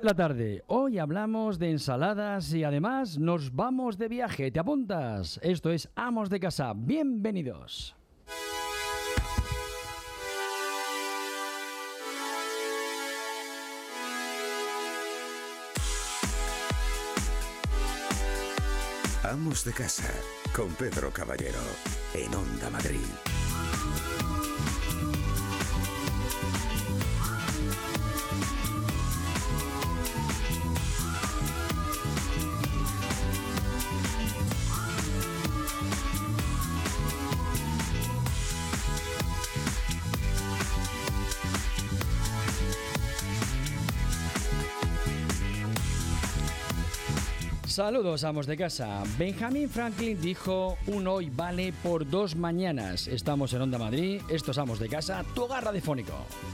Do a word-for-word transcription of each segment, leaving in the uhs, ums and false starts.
La tarde. Hoy hablamos de ensaladas y además nos vamos de viaje. ¿Te apuntas? Esto es Amos de Casa. Bienvenidos. Amos de Casa con Pedro Caballero en Onda Madrid. Saludos, amos de casa. Benjamin Franklin dijo: un hoy vale por dos mañanas. Estamos en Onda Madrid, estos amos de casa, tu hogar radiofónico.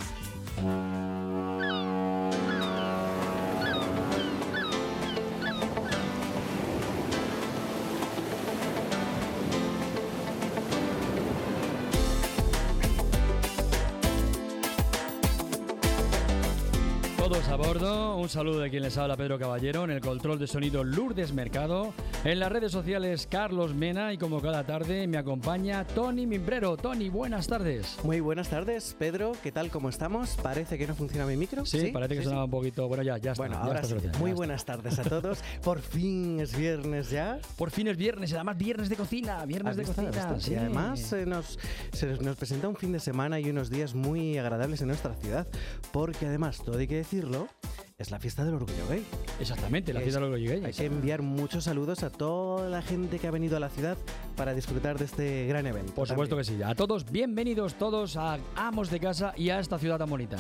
Todos a bordo, un saludo de quien les habla, Pedro Caballero, en el control de sonido Lourdes Mercado, en las redes sociales Carlos Mena y como cada tarde me acompaña Tony Mimbrero. Tony, buenas tardes. Muy buenas tardes, Pedro, ¿qué tal? ¿Cómo estamos? Parece que no funciona mi micro. Sí, ¿Sí? parece que sí, sonaba sí. un poquito, bueno ya, ya está. Bueno, ya ahora está sí, ya muy está. buenas tardes a todos, por fin es viernes ya. Por fin es viernes, y además viernes de cocina, viernes de visto, cocina. Sí. Y además eh, nos, se nos presenta un fin de semana y unos días muy agradables en nuestra ciudad, porque además, todo hay que decirlo, es la fiesta del orgullo gay. Exactamente, la es, fiesta del orgullo gay. Hay que enviar muchos saludos a toda la gente que ha venido a la ciudad para disfrutar de este gran evento. Por supuesto también. Que sí. A todos, bienvenidos todos a Amos de Casa y a esta ciudad tan bonita.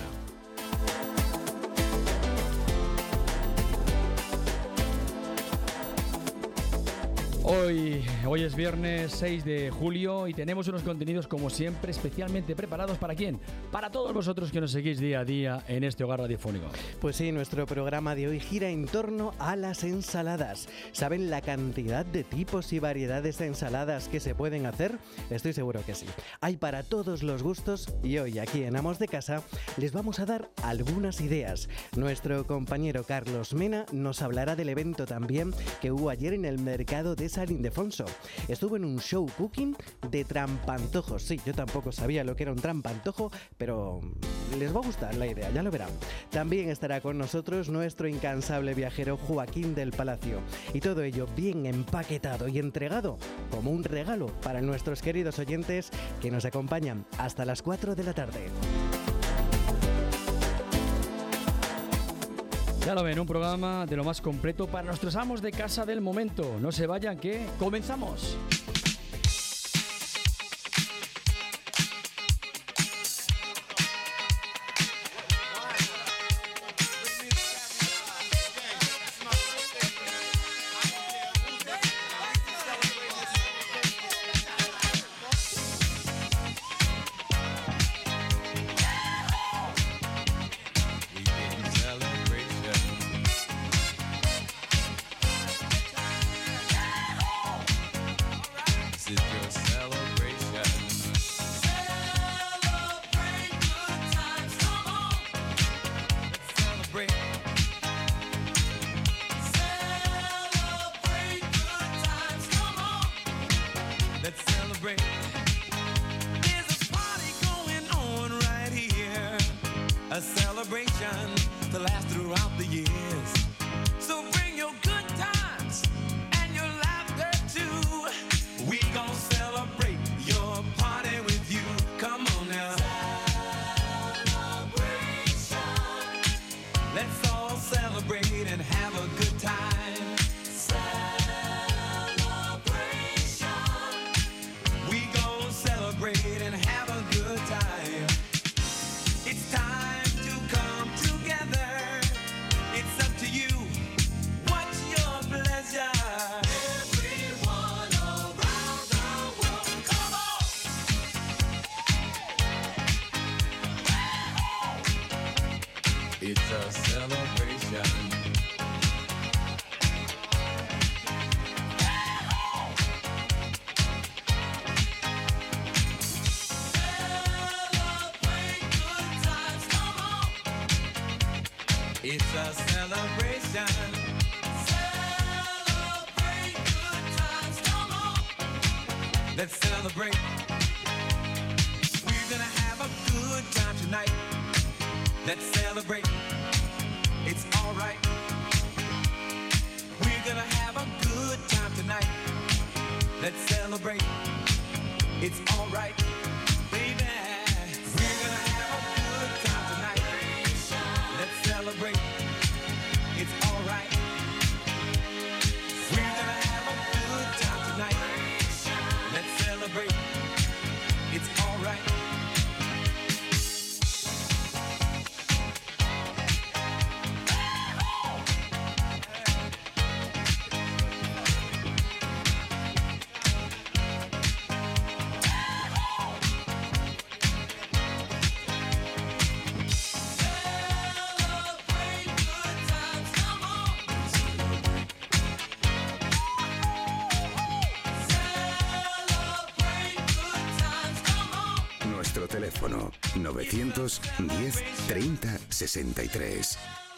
Hoy, hoy es viernes seis de julio y tenemos unos contenidos como siempre especialmente preparados ¿para quién? Para todos vosotros que nos seguís día a día en este hogar radiofónico. Pues sí, nuestro programa de hoy gira en torno a las ensaladas. ¿Saben la cantidad de tipos y variedades de ensaladas que se pueden hacer? Estoy seguro que sí. Hay para todos los gustos y hoy aquí en Amos de Casa les vamos a dar algunas ideas. Nuestro compañero Carlos Mena nos hablará del evento también que hubo ayer en el mercado de San Ildefonso. Estuvo en un show cooking de trampantojos. Sí, yo tampoco sabía lo que era un trampantojo, pero les va a gustar la idea, ya lo verán. También estará con nosotros nuestro incansable viajero Joaquín del Palacio. Y todo ello bien empaquetado y entregado como un regalo para nuestros queridos oyentes que nos acompañan hasta las cuatro de la tarde. Ya lo ven, un programa de lo más completo para nuestros amos de casa del momento. No se vayan, que comenzamos. It's a a celebration. Celebrate good times, come on. Let's celebrate. We're gonna have a good time tonight. Let's celebrate. It's alright. We're gonna have a good time tonight. Let's celebrate. It's alright, baby. We're gonna have a good time tonight. Let's celebrate. It's alright. We're gonna have a good time tonight. Let's celebrate. It's alright. Nuestro teléfono novecientos diez treinta sesenta y tres.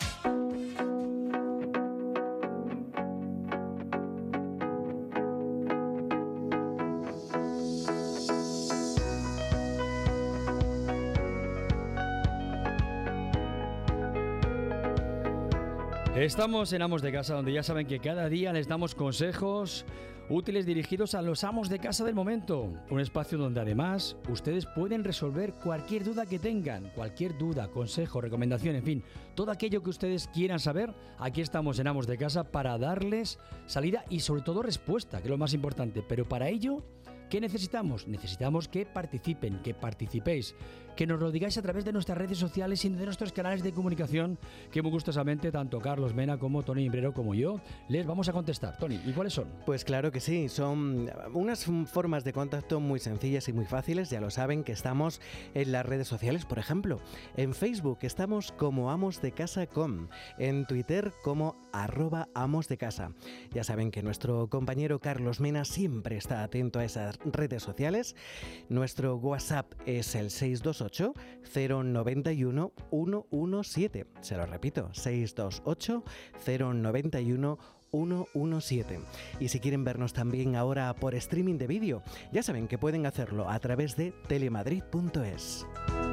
Estamos en Amos de Casa, donde ya saben que cada día les damos consejos útiles dirigidos a los amos de casa del momento. Un espacio donde además ustedes pueden resolver cualquier duda que tengan, cualquier duda, consejo, recomendación, en fin, todo aquello que ustedes quieran saber. Aquí estamos en Amos de Casa para darles salida y sobre todo respuesta, que es lo más importante. Pero para ello, ¿qué necesitamos? Necesitamos que participen, que participéis, que nos lo digáis a través de nuestras redes sociales y de nuestros canales de comunicación, que muy gustosamente tanto Carlos Mena como Tony Imbrero como yo les vamos a contestar. Tony, ¿y cuáles son? Pues claro que sí, son unas formas de contacto muy sencillas y muy fáciles. Ya lo saben que estamos en las redes sociales, por ejemplo, en Facebook estamos como Amos de Casa punto com, en Twitter como arroba Amos de Casa. Ya saben que nuestro compañero Carlos Mena siempre está atento a esas redes sociales. Nuestro WhatsApp es el seis dos ocho cero nueve uno uno uno siete. Se lo repito, seis dos ocho cero nueve uno uno uno siete. Y si quieren vernos también ahora por streaming de vídeo, ya saben que pueden hacerlo a través de telemadrid punto es.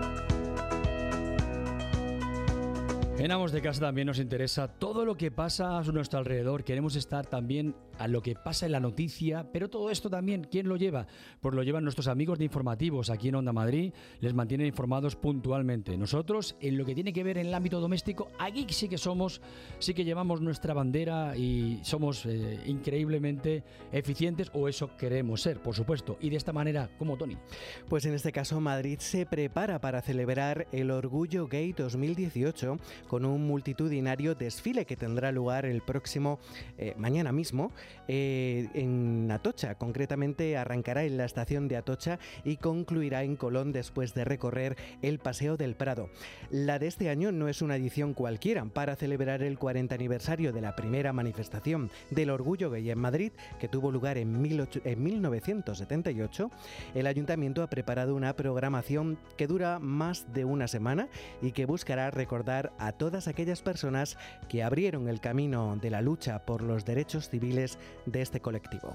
En Amos de Casa también nos interesa todo lo que pasa a nuestro alrededor. Queremos estar también a lo que pasa en la noticia, pero todo esto también, ¿quién lo lleva? Pues lo llevan nuestros amigos de informativos aquí en Onda Madrid, les mantienen informados puntualmente. Nosotros, en lo que tiene que ver en el ámbito doméstico, aquí sí que somos, sí que llevamos nuestra bandera y somos eh, increíblemente eficientes, o eso queremos ser, por supuesto. Y de esta manera, ¿cómo, Tony? Pues en este caso Madrid se prepara para celebrar el Orgullo Gay dos mil dieciocho con un multitudinario desfile que tendrá lugar el próximo eh, mañana mismo eh, en Atocha. Concretamente arrancará en la estación de Atocha y concluirá en Colón después de recorrer el Paseo del Prado. La de este año no es una edición cualquiera. Para celebrar el cuarenta aniversario de la primera manifestación del Orgullo Gay en Madrid, que tuvo lugar en, en mil novecientos setenta y ocho, el Ayuntamiento ha preparado una programación que dura más de una semana y que buscará recordar a todas aquellas personas que abrieron el camino de la lucha por los derechos civiles de este colectivo.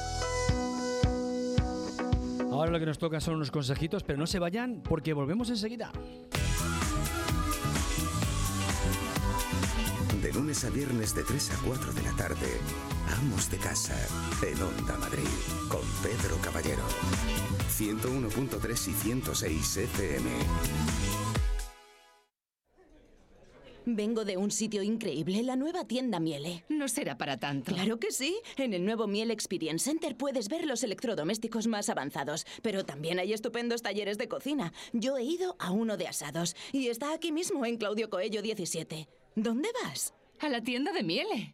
Ahora lo que nos toca son unos consejitos, pero no se vayan porque volvemos enseguida. De lunes a viernes de tres a cuatro de la tarde, Amos de Casa, en Onda Madrid, con Pedro Caballero. ciento uno punto tres y ciento seis F M. Vengo de un sitio increíble, la nueva tienda Miele. No será para tanto. ¡Claro que sí! En el nuevo Miele Experience Center puedes ver los electrodomésticos más avanzados, pero también hay estupendos talleres de cocina. Yo he ido a uno de asados y está aquí mismo en Claudio Coello diecisiete. ¿Dónde vas? A la tienda de Miele.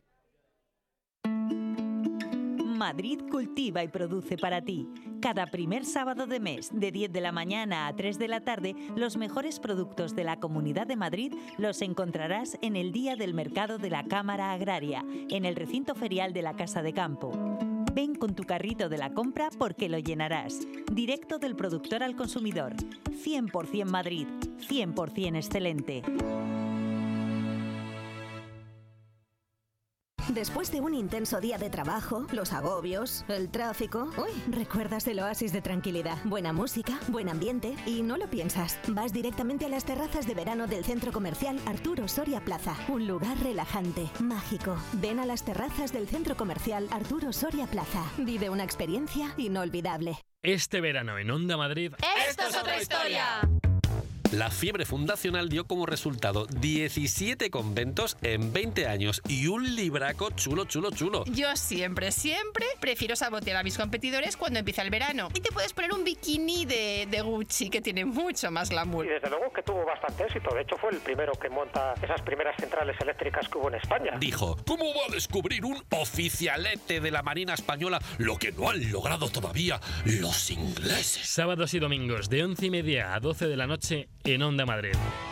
Madrid cultiva y produce para ti. Cada primer sábado de mes, de diez de la mañana a tres de la tarde, los mejores productos de la Comunidad de Madrid los encontrarás en el Día del Mercado de la Cámara Agraria, en el recinto ferial de la Casa de Campo. Ven con tu carrito de la compra porque lo llenarás. Directo del productor al consumidor. cien por ciento Madrid, cien por ciento excelente. Después de un intenso día de trabajo, los agobios, el tráfico, uy, recuerdas el oasis de tranquilidad, buena música, buen ambiente y no lo piensas. Vas directamente a las terrazas de verano del centro comercial Arturo Soria Plaza. Un lugar relajante, mágico. Ven a las terrazas del centro comercial Arturo Soria Plaza. Vive una experiencia inolvidable. Este verano en Onda Madrid... ¡Esto es otra historia! La fiebre fundacional dio como resultado diecisiete conventos en veinte años y un libraco chulo, chulo, chulo. Yo siempre, siempre prefiero sabotear a mis competidores cuando empieza el verano. Y te puedes poner un bikini de, de Gucci que tiene mucho más glamour. Y desde luego que tuvo bastante éxito. De hecho, fue el primero que monta esas primeras centrales eléctricas que hubo en España. Dijo, ¿cómo va a descubrir un oficialete de la Marina Española lo que no han logrado todavía los ingleses? Sábados y domingos de once y media a doce de la noche en Onda Madrid.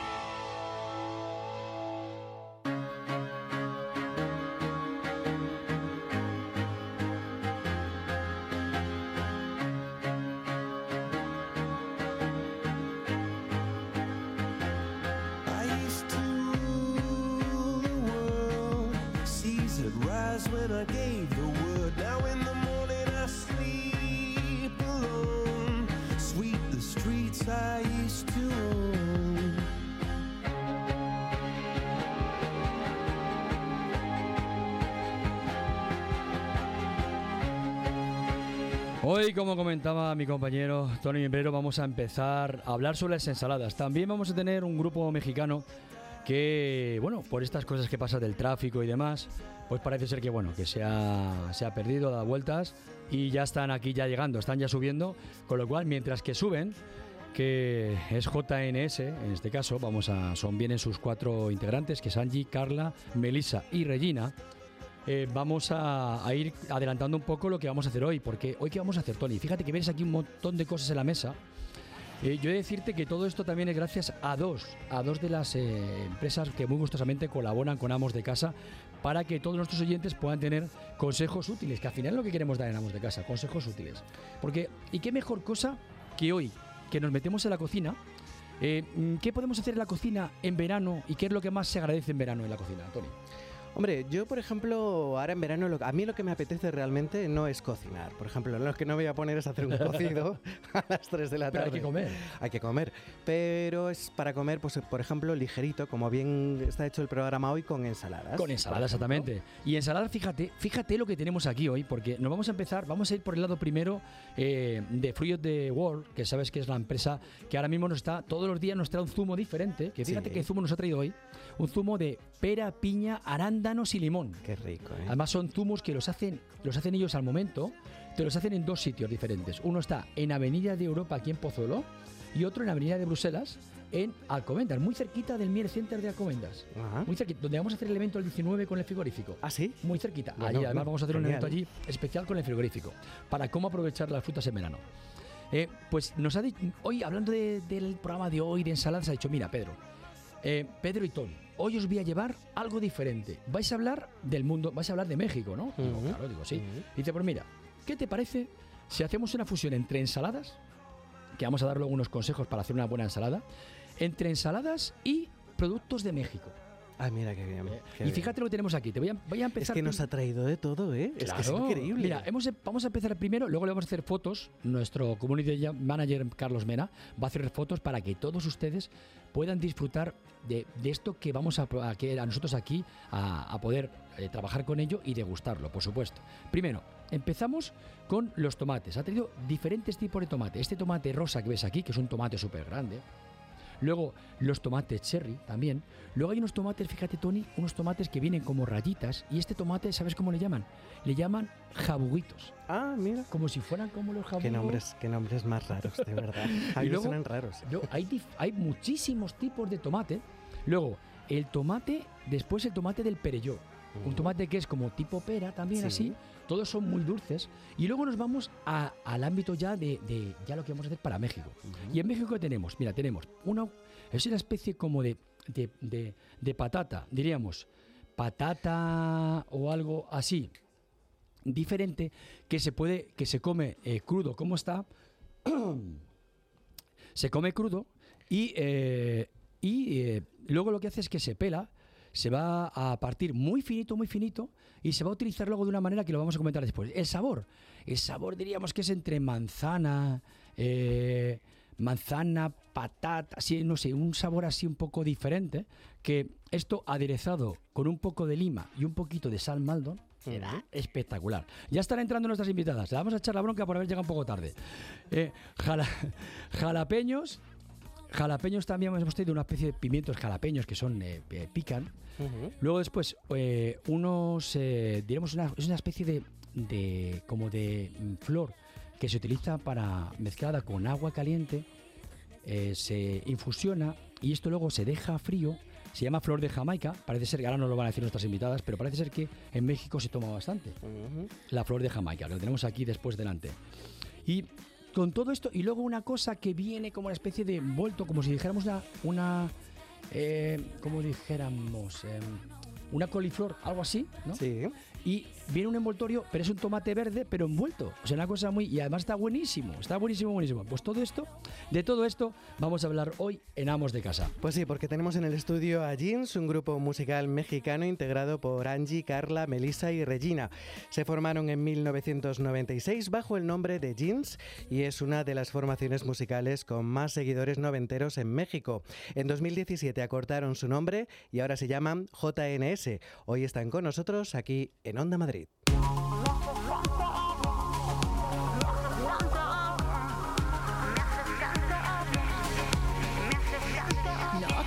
Hoy, como comentaba mi compañero Tony Mimbrero, vamos a empezar a hablar sobre las ensaladas. También vamos a tener un grupo mexicano que, bueno, por estas cosas que pasan del tráfico y demás, pues parece ser que, bueno, que se ha, se ha perdido, ha dado vueltas y ya están aquí ya llegando, están ya subiendo, con lo cual, mientras que suben, que es J N S, en este caso, vamos a, son vienen sus cuatro integrantes, que es Angie, Carla, Melissa y Regina. Eh, vamos a, a ir adelantando un poco lo que vamos a hacer hoy, porque hoy ¿qué vamos a hacer, Tony? Fíjate que ves aquí un montón de cosas en la mesa. Eh, yo he de decirte que todo esto también es gracias a dos, a dos de las eh, empresas que muy gustosamente colaboran con Amos de Casa para que todos nuestros oyentes puedan tener consejos útiles, que al final es lo que queremos dar en Amos de Casa, consejos útiles. Porque, ¿y qué mejor cosa que hoy, que nos metemos en la cocina? Eh, ¿Qué podemos hacer en la cocina en verano y qué es lo que más se agradece en verano en la cocina, Tony? Hombre, yo por ejemplo, ahora en verano, lo, a mí lo que me apetece realmente no es cocinar. Por ejemplo, lo que no voy a poner es hacer un cocido a las tres de la tarde. Pero hay que comer. Hay que comer. Pero es para comer, pues por ejemplo, ligerito, como bien está hecho el programa hoy, con ensaladas. Con ensaladas, exactamente. Y ensaladas, fíjate, fíjate lo que tenemos aquí hoy, porque nos vamos a empezar, vamos a ir por el lado primero eh, de Fruit of the World, que sabes que es la empresa que ahora mismo nos está, todos los días nos trae un zumo diferente, que fíjate sí. qué zumo nos ha traído hoy. Un zumo de pera, piña, arándanos y limón. Qué rico, ¿eh? Además son zumos que los hacen, los hacen ellos al momento, te los hacen en dos sitios diferentes. Uno está en Avenida de Europa, aquí en Pozuelo, y otro en Avenida de Bruselas, en Alcobendas, muy cerquita del Miel Center de Alcobendas. Ajá. Muy cerquita, donde vamos a hacer el evento el diecinueve con el frigorífico. ¿Ah, sí? Muy cerquita. Bueno, allí, además no, vamos a hacer genial. un evento allí especial con el frigorífico, para cómo aprovechar las frutas en verano. Eh, pues nos ha dicho, hoy hablando de, del programa de hoy, de ensaladas, ha dicho, mira, Pedro, eh, Pedro y Tony, hoy os voy a llevar algo diferente. Vais a hablar del mundo, vais a hablar de México, ¿no? Uh-huh. Digo, claro, digo, sí. Uh-huh. Dice, pues mira, ¿qué te parece si hacemos una fusión entre ensaladas? Que vamos a dar luego unos consejos para hacer una buena ensalada. Entre ensaladas y productos de México. Ah, mira qué bien. Eh, qué y fíjate bien. lo que tenemos aquí. Te voy a, voy a empezar. Es que nos ha traído de todo, ¿eh? Claro. Es que es increíble. Mira, hemos, vamos a empezar primero, luego le vamos a hacer fotos. Nuestro community manager, Carlos Mena, va a hacer fotos para que todos ustedes puedan disfrutar de, de esto que vamos a, a, que a nosotros aquí a, a poder eh, trabajar con ello y degustarlo, por supuesto. Primero, empezamos con los tomates. Ha traído diferentes tipos de tomate. Este tomate rosa que ves aquí, que es un tomate súper grande. Luego los tomates cherry también. Luego hay unos tomates, fíjate Tony, unos tomates que vienen como rayitas. Y este tomate, ¿sabes cómo le llaman? Le llaman jabuguitos. Ah, mira. Como si fueran como los jabugos. Qué nombres, qué nombres más raros, de verdad. A mí suenan raros. Luego, hay, hay muchísimos tipos de tomate. Luego, el tomate, después el tomate del perelló. Uh-huh. Un tomate que es como tipo pera también, sí. Así. Todos son muy dulces. Y luego nos vamos a, al ámbito ya de, de ya lo que vamos a hacer para México. Uh-huh. Y en México tenemos, mira, tenemos una, es una especie como de, de, de, de patata, diríamos, patata o algo así, diferente, que se puede, que se come eh, crudo, como está, se come crudo y, eh, y eh, luego lo que hace es que se pela, se va a partir muy finito, muy finito, y se va a utilizar luego de una manera que lo vamos a comentar después. El sabor, el sabor diríamos que es entre manzana, eh, manzana, patata, así, no sé, un sabor así un poco diferente, que esto aderezado con un poco de lima y un poquito de sal Maldon, será espectacular. Ya están entrando nuestras invitadas. Le vamos a echar la bronca por haber llegado un poco tarde. Eh, jala, jalapeños, jalapeños también hemos tenido una especie de pimientos jalapeños que son eh, eh, pican. Uh-huh. Luego después eh, unos, eh, diremos una, es una especie de, de como de mm, flor que se utiliza para mezclada con agua caliente, eh, se infusiona y esto luego se deja frío. Se llama flor de Jamaica, parece ser que ahora no lo van a decir nuestras invitadas, pero parece ser que en México se toma bastante. Uh-huh. La flor de Jamaica, que la tenemos aquí después delante. Y con todo esto, y luego una cosa que viene como una especie de envuelto, como si dijéramos una, una eh, como dijéramos, eh, una coliflor, algo así, ¿no? Sí. Y viene un envoltorio, pero es un tomate verde, pero envuelto. O sea, una cosa muy... Y además está buenísimo, está buenísimo, buenísimo. Pues todo esto, de todo esto, vamos a hablar hoy en Amos de Casa. Pues sí, porque tenemos en el estudio a Jeans, un grupo musical mexicano integrado por Angie, Carla, Melissa y Regina. Se formaron en mil novecientos noventa y seis bajo el nombre de Jeans y es una de las formaciones musicales con más seguidores noventeros en México. En dos mil diecisiete acortaron su nombre y ahora se llaman J N S. Hoy están con nosotros aquí en Onda Madrid. No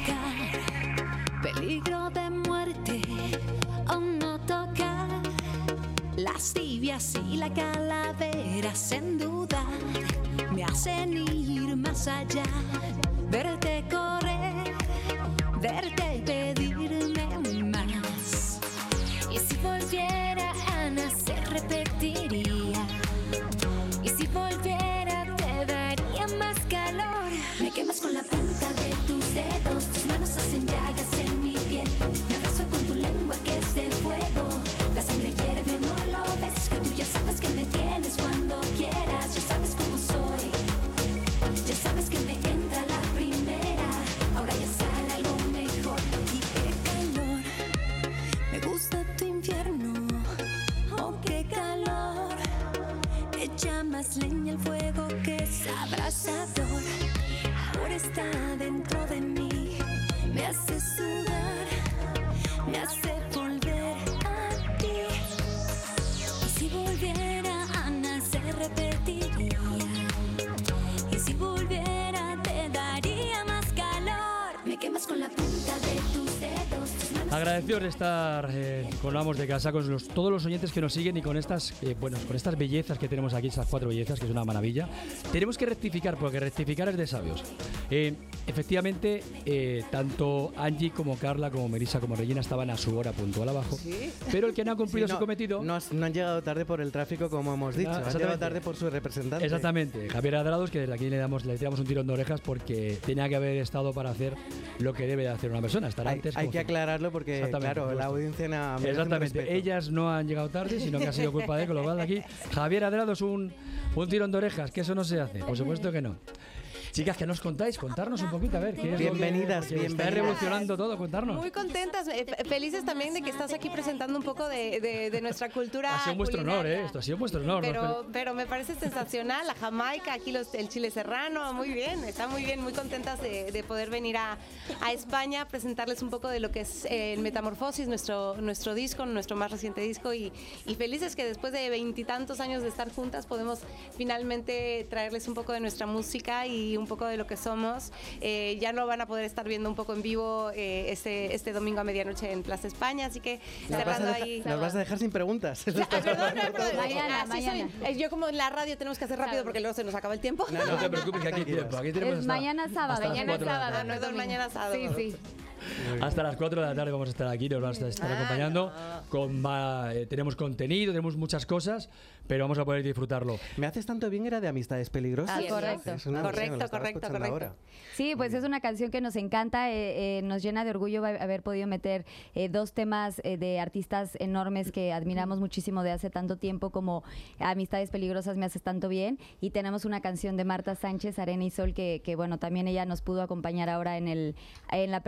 tocar, peligro de muerte, o no tocar, las tibias y la calavera sin dudar, me hacen ir más allá, verte correr, verte pedirme más. Y si volviera a nacer repetiría, y si volviera te daría más calor. Me quemas con la punta de tus dedos, tus manos hacen llagas en mi piel, me abrazo con tu lengua que es de fuego, la sangre hierve, no lo ves, que tú ya sabes que me tienes cuando quieras, ya sabes cómo soy, ya sabes que me entra la primera, ahora ya sale algo mejor. Y qué calor, me gusta tu infierno, oh qué calor, echa más leña al fuego que es abrasador, ahora está dentro de mí, me hace sudar, me hace volver a ti. Y si volviera a nacer repetiría, y si volviera te daría más calor. Me quemas con la punta de tus dedos, tus manos. Agradecidos de estar eh, con Amos de Casa, con los, todos los oyentes que nos siguen y con estas, eh, bueno, con estas bellezas que tenemos aquí, esas cuatro bellezas, que es una maravilla. Tenemos que rectificar, porque rectificar es de sabios. Eh, efectivamente, eh, tanto Angie como Carla, como Melissa, como Regina estaban a su hora puntual abajo. ¿Sí? Pero el que no ha cumplido Sí, no, su cometido... No, no han llegado tarde por el tráfico, como hemos dicho. Ah, han llegado tarde por su representante. Exactamente. Javier Adrados, que desde aquí le damos, le tiramos un tirón de orejas porque tenía que haber estado para hacer lo que debe de hacer una persona. Estar Hay, antes hay que aclararlo porque, claro, la audiencia... Na, Exactamente. Ellas no han llegado tarde, sino que ha sido culpa de él, con lo cual aquí Javier Adrados un, un tirón de orejas, que eso no se hace. Por supuesto que no. Chicas, ¿qué nos contáis? Contarnos un poquito, a ver. ¿qué es bienvenidas, lo que, bienvenidas. Está revolucionando todo, contarnos. Muy contentas, eh, felices también de que estás aquí presentando un poco de, de, de nuestra cultura. Ha sido vuestro honor, ¿eh? Esto ha sido vuestro honor. Pero, ¿no? pero me parece sensacional, la Jamaica, aquí los, el chile serrano, muy bien, está muy bien, muy contentas de, de poder venir a, a España a presentarles un poco de lo que es eh, el Metamorfosis, nuestro, nuestro disco, nuestro más reciente disco, y, y felices que después de veintitantos años de estar juntas podemos finalmente traerles un poco de nuestra música y un poco de lo que somos. Eh, ya lo van a poder estar viendo un poco en vivo eh, este, este domingo a medianoche en Plaza España, así que nos cerrando vas a dejar, ahí. Nos vas a dejar sin preguntas. Ah, perdón, no, perdón. Mañana, Así mañana. soy. Eh, Yo como en la radio tenemos que hacer rápido porque luego se nos acaba el tiempo. No, no te preocupes, que aquí hay tiempo. Aquí tenemos Es hasta, mañana sábado. hasta las Mañana cuatro de la sábado, tarde. no Perdón, mañana sábado. Sí, sí. Hasta las cuatro de la tarde vamos a estar aquí, nos vamos a estar acompañando. Con, va, eh, tenemos contenido, tenemos muchas cosas, pero vamos a poder disfrutarlo. Me haces tanto bien era de Amistades Peligrosas. Ah, correcto. Es una Correcto, versión, lo estaba correcto, escuchando correcto. ahora. Sí, pues es una canción que nos encanta, eh, eh, nos llena de orgullo va- haber podido meter eh, dos temas eh, de artistas enormes que admiramos muchísimo de hace tanto tiempo, como Amistades Peligrosas, Me Haces Tanto Bien, y tenemos una canción de Marta Sánchez, Arena y Sol, que, que bueno, también ella nos pudo acompañar ahora en, el, en la apertura de este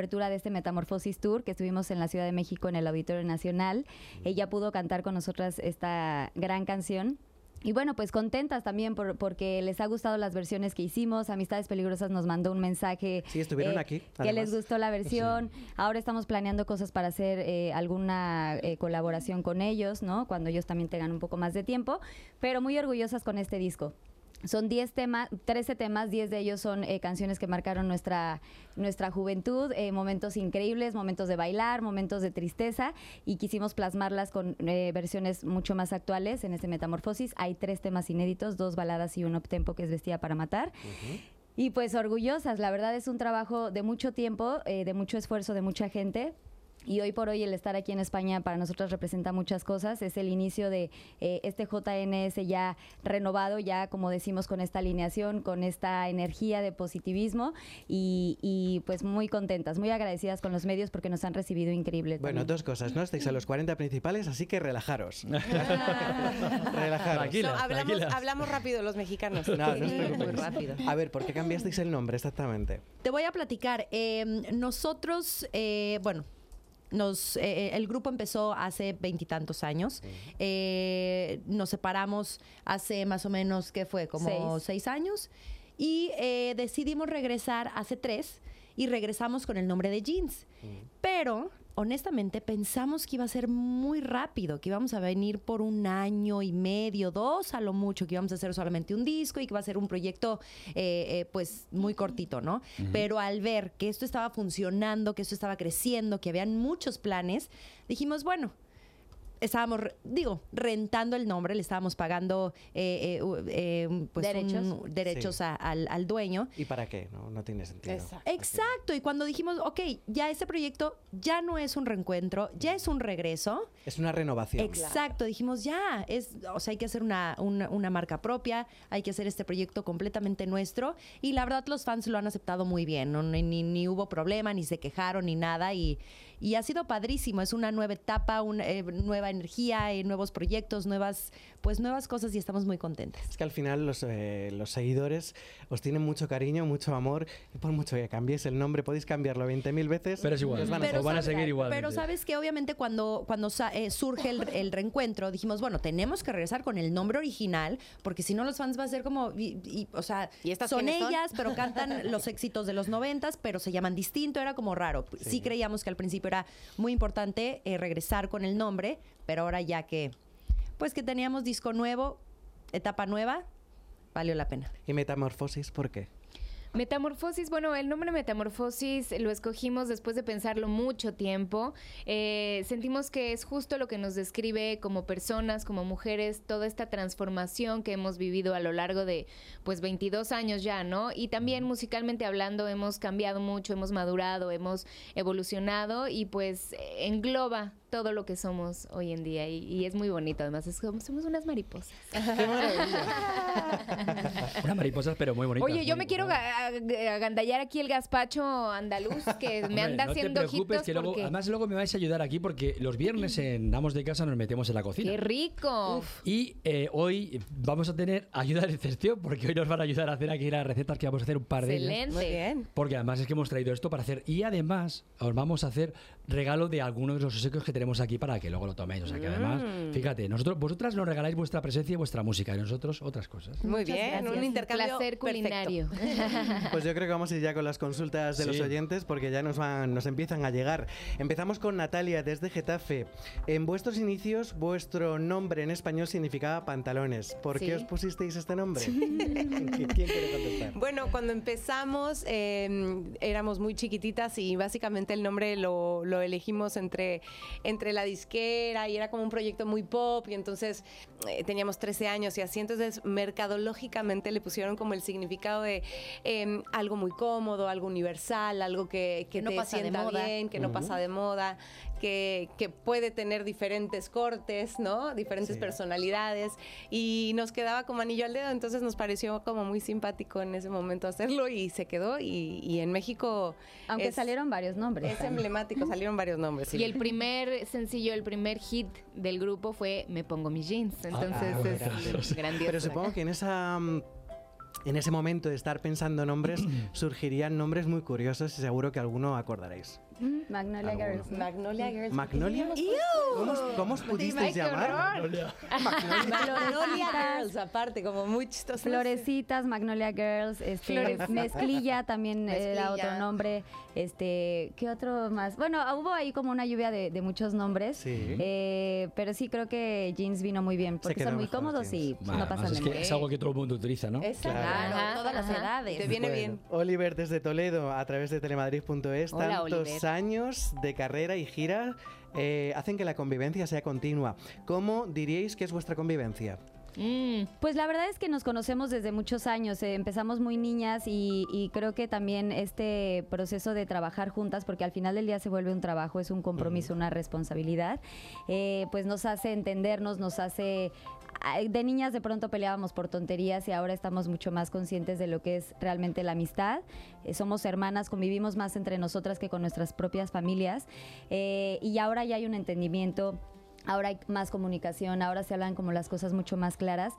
este Metamorfosis Tour que estuvimos en la Ciudad de México en el Auditorio Nacional. Ella pudo cantar con nosotras esta gran canción. Y bueno, pues contentas también por, porque les ha gustado las versiones que hicimos. Amistades Peligrosas nos mandó un mensaje. Sí, estuvieron eh, aquí. Que además. les gustó la versión. Sí. Ahora estamos planeando cosas para hacer eh, alguna eh, colaboración con ellos, ¿no? Cuando ellos también tengan un poco más de tiempo. Pero muy orgullosas con este disco. Son diez temas, trece temas, diez de ellos son eh, canciones que marcaron nuestra, nuestra juventud, eh, momentos increíbles, momentos de bailar, momentos de tristeza, y quisimos plasmarlas con eh, versiones mucho más actuales en este Metamorfosis. Hay tres temas inéditos, dos baladas y un uptempo que es Vestida para Matar. Uh-huh. Y pues orgullosas, la verdad es un trabajo de mucho tiempo, eh, de mucho esfuerzo de mucha gente. Y hoy por hoy el estar aquí en España para nosotros representa muchas cosas. Es el inicio de eh, este J N S ya renovado, ya como decimos, con esta alineación, con esta energía de positivismo y, y pues muy contentas, muy agradecidas con los medios porque nos han recibido increíble. Bueno, también. dos cosas, ¿no? Estáis a los cuarenta principales, así que relajaros. relajaros. Tranquila, no, hablamos, tranquila. hablamos rápido los mexicanos. No, no os preocupéis. Muy rápido. A ver, ¿por qué cambiasteis el nombre exactamente? Te voy a platicar. Eh, nosotros, eh, bueno... Nos, eh, el grupo empezó hace veintitantos años. Uh-huh. eh, nos separamos hace más o menos, ¿qué fue? Como seis, seis años. Y eh, decidimos regresar hace tres y regresamos con el nombre de Jeans. Uh-huh. Pero, honestamente, pensamos que iba a ser muy rápido, que íbamos a venir por un año y medio, dos a lo mucho, que íbamos a hacer solamente un disco y que iba a ser un proyecto eh, eh, pues muy cortito, ¿no? Uh-huh. Pero al ver que esto estaba funcionando, que esto estaba creciendo, que habían muchos planes, dijimos, bueno, estábamos, digo, rentando el nombre, le estábamos pagando eh, eh, eh, pues derechos, un, derechos sí. a, al, al dueño. ¿Y para qué? No, no tiene sentido. Exacto. Exacto. Y cuando dijimos, ok, ya este proyecto ya no es un reencuentro, ya es un regreso. Es una renovación. Exacto. Dijimos, ya, es, o sea, hay que hacer una, una, una marca propia, hay que hacer este proyecto completamente nuestro. Y la verdad, los fans lo han aceptado muy bien, ¿no? Ni, ni, ni hubo problema, ni se quejaron, ni nada. Y, y ha sido padrísimo. Es una nueva etapa, una eh, nueva energía, eh, nuevos proyectos, nuevas, pues nuevas cosas y estamos muy contentas. Es que al final los, eh, los seguidores os tienen mucho cariño, mucho amor y por mucho que cambiéis el nombre, podéis cambiarlo veinte mil veces. Pero es igual, van a, pero van a seguir igual. Pero sabes que obviamente cuando, cuando eh, surge el, el reencuentro, dijimos, bueno, tenemos que regresar con el nombre original porque si no los fans va a ser como, y, y, o sea, ¿Y estas son quiénes ellas, son? pero cantan los éxitos de los noventas, pero se llaman distinto, era como raro. Sí, sí creíamos que al principio era muy importante eh, regresar con el nombre, pero ahora ya que, pues que teníamos disco nuevo, etapa nueva, valió la pena. ¿Y Metamorfosis por qué? Metamorfosis, bueno, el nombre Metamorfosis lo escogimos después de pensarlo mucho tiempo. Eh, sentimos que es justo lo que nos describe como personas, como mujeres, toda esta transformación que hemos vivido a lo largo de, pues, veintidós años ya, ¿no? Y también musicalmente hablando hemos cambiado mucho, hemos madurado, hemos evolucionado y pues engloba todo lo que somos hoy en día y, y es muy bonito. Además, es como, somos unas mariposas. ¡Qué maravilla! Unas mariposas, pero muy bonitas. Oye, yo muy, me quiero ga- agandallar aquí el gazpacho andaluz que me Hombre, anda no haciendo te preocupes, ojitos que luego, porque... además luego me vais a ayudar aquí porque los viernes en Amos de Casa nos metemos en la cocina. ¡Qué rico! Uf. Y eh, hoy vamos a tener ayuda de excepción porque hoy nos van a ayudar a hacer aquí las recetas que vamos a hacer un par de ellas. Excelente. Muy bien. Porque además es que hemos traído esto para hacer y además os vamos a hacer regalo de algunos de los obsequios que tenemos aquí para que luego lo toméis. O sea que además, Mm. fíjate, nosotros, vosotras nos regaláis vuestra presencia y vuestra música y nosotros otras cosas. Muy Muchas bien, gracias. un intercambio Placer culinario. Pues yo creo que vamos a ir ya con las consultas de Sí. los oyentes porque ya nos van, nos empiezan a llegar. Empezamos con Natalia desde Getafe. En vuestros inicios, vuestro nombre en español significaba pantalones. ¿Por Sí. qué os pusisteis este nombre? ¿Quién quiere contestar? Bueno, cuando empezamos eh, éramos muy chiquititas y básicamente el nombre lo, lo elegimos entre, entre la disquera y era como un proyecto muy pop y entonces eh, teníamos trece años y así, entonces mercadológicamente le pusieron como el significado de eh, algo muy cómodo, algo universal, algo que, que Que no te pasa de sienta moda. bien, que no Ujú. pasa de moda, que, que puede tener diferentes cortes, ¿no? Diferentes Sí. personalidades y nos quedaba como anillo al dedo, entonces nos pareció como muy simpático en ese momento hacerlo y se quedó y, y en México Aunque es, salieron varios nombres. es emblemático, salieron varios nombres. sí. Y el primer sencillo, el primer hit del grupo fue Me Pongo Mis Jeans. Entonces Ah, es grandioso. grandioso. Pero supongo que en esa... mm, En ese momento de estar pensando nombres, surgirían nombres muy curiosos y seguro que alguno acordaréis. Magnolia Girls. Magnolia Girls. Magnolia. ¿Cómo, os- cómo os pudisteis qué llamar? horror. Magnolia Girls, aparte, como muy chistoso. Florecitas, Magnolia Girls, este, Florecitas. Mezclilla también era Mezclilla. otro nombre. Este, ¿qué otro más? Bueno, hubo ahí como una lluvia de, de muchos nombres. Sí. Eh, pero sí creo que jeans vino muy bien porque quedó son muy mejor cómodos y Bueno, no además pasan es de que moda. es algo que todo el mundo utiliza, ¿no? Claro, Ajá, todas las ajá. edades. Te viene Bueno, bien. Oliver desde Toledo, a través de telemadrid punto es, Hola, tantos Oliver. años de carrera y gira eh, hacen que la convivencia sea continua. ¿Cómo diríais que es vuestra convivencia? Pues la verdad es que nos conocemos desde muchos años, eh, empezamos muy niñas y, y creo que también este proceso de trabajar juntas, porque al final del día se vuelve un trabajo, es un compromiso, una responsabilidad, eh, pues nos hace entendernos, nos hace... ay, De niñas de pronto peleábamos por tonterías y ahora estamos mucho más conscientes de lo que es realmente la amistad. Eh, somos hermanas, convivimos más entre nosotras que con nuestras propias familias eh, y ahora ya hay un entendimiento. Ahora hay más comunicación, ahora se hablan como las cosas mucho más claras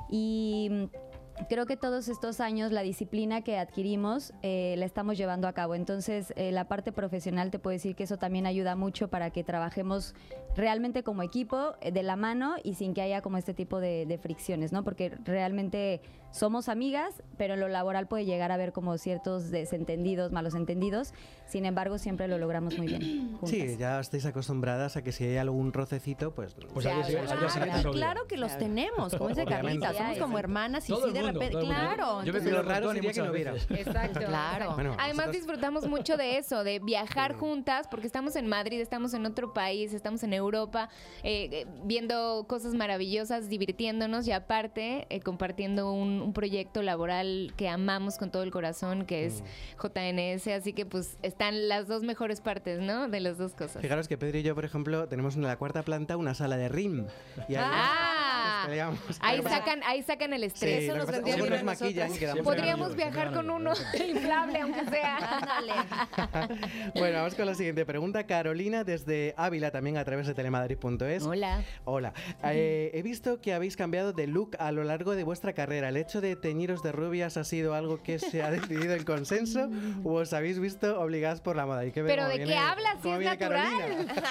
y mm, creo que todos estos años la disciplina que adquirimos eh, la estamos llevando a cabo. Entonces eh, la parte profesional te puedo decir que eso también ayuda mucho para que trabajemos realmente como equipo, eh, de la mano y sin que haya como este tipo de, de fricciones, ¿no? Porque realmente somos amigas, pero en lo laboral puede llegar a haber como ciertos desentendidos, malos entendidos. Sin embargo, siempre lo logramos muy bien juntas. Sí, ya estáis acostumbradas a que si hay algún rocecito, pues... Pues al día siguiente- al día siguiente Ah, se olvida. claro que los tenemos, como dice Obviamente. Carlita, somos como hermanas y Todo sí el de mundo, repente, todo el mundo. claro. Yo me entonces- peleo Lo raro con Tony sería que no muchas hubiera. veces. Exacto. Claro. Bueno, Además nosotros- disfrutamos mucho de eso, de viajar juntas, porque estamos en Madrid, estamos en otro país, estamos en Europa, eh, eh, viendo cosas maravillosas, divirtiéndonos y aparte eh, compartiendo un, un proyecto laboral que amamos con todo el corazón, que es J N S, así que pues están las dos mejores partes, ¿no? De las dos cosas. Fijaros que Pedro y yo, por ejemplo, tenemos en la cuarta planta una sala de rim. Y ahí Ah, nos peleamos. ahí sacan, ahí sacan el estrés. Sí, lo que pasa- vendría como bien nos a maquillan, nosotras. quedamos Podríamos amigos. viajar con uno inflable, aunque sea. Ándale. Bueno, vamos con la siguiente pregunta. Carolina desde Ávila, también a través de telemadrid punto es. Hola. Hola. Eh, he visto que habéis cambiado de look a lo largo de vuestra carrera. ¿El hecho de teñiros de rubias ha sido algo que se ha decidido en consenso o os habéis visto obligadas por la moda? Hay que ver Pero cómo ¿de viene- qué hablas? Si cómo es viene natural. Carolina.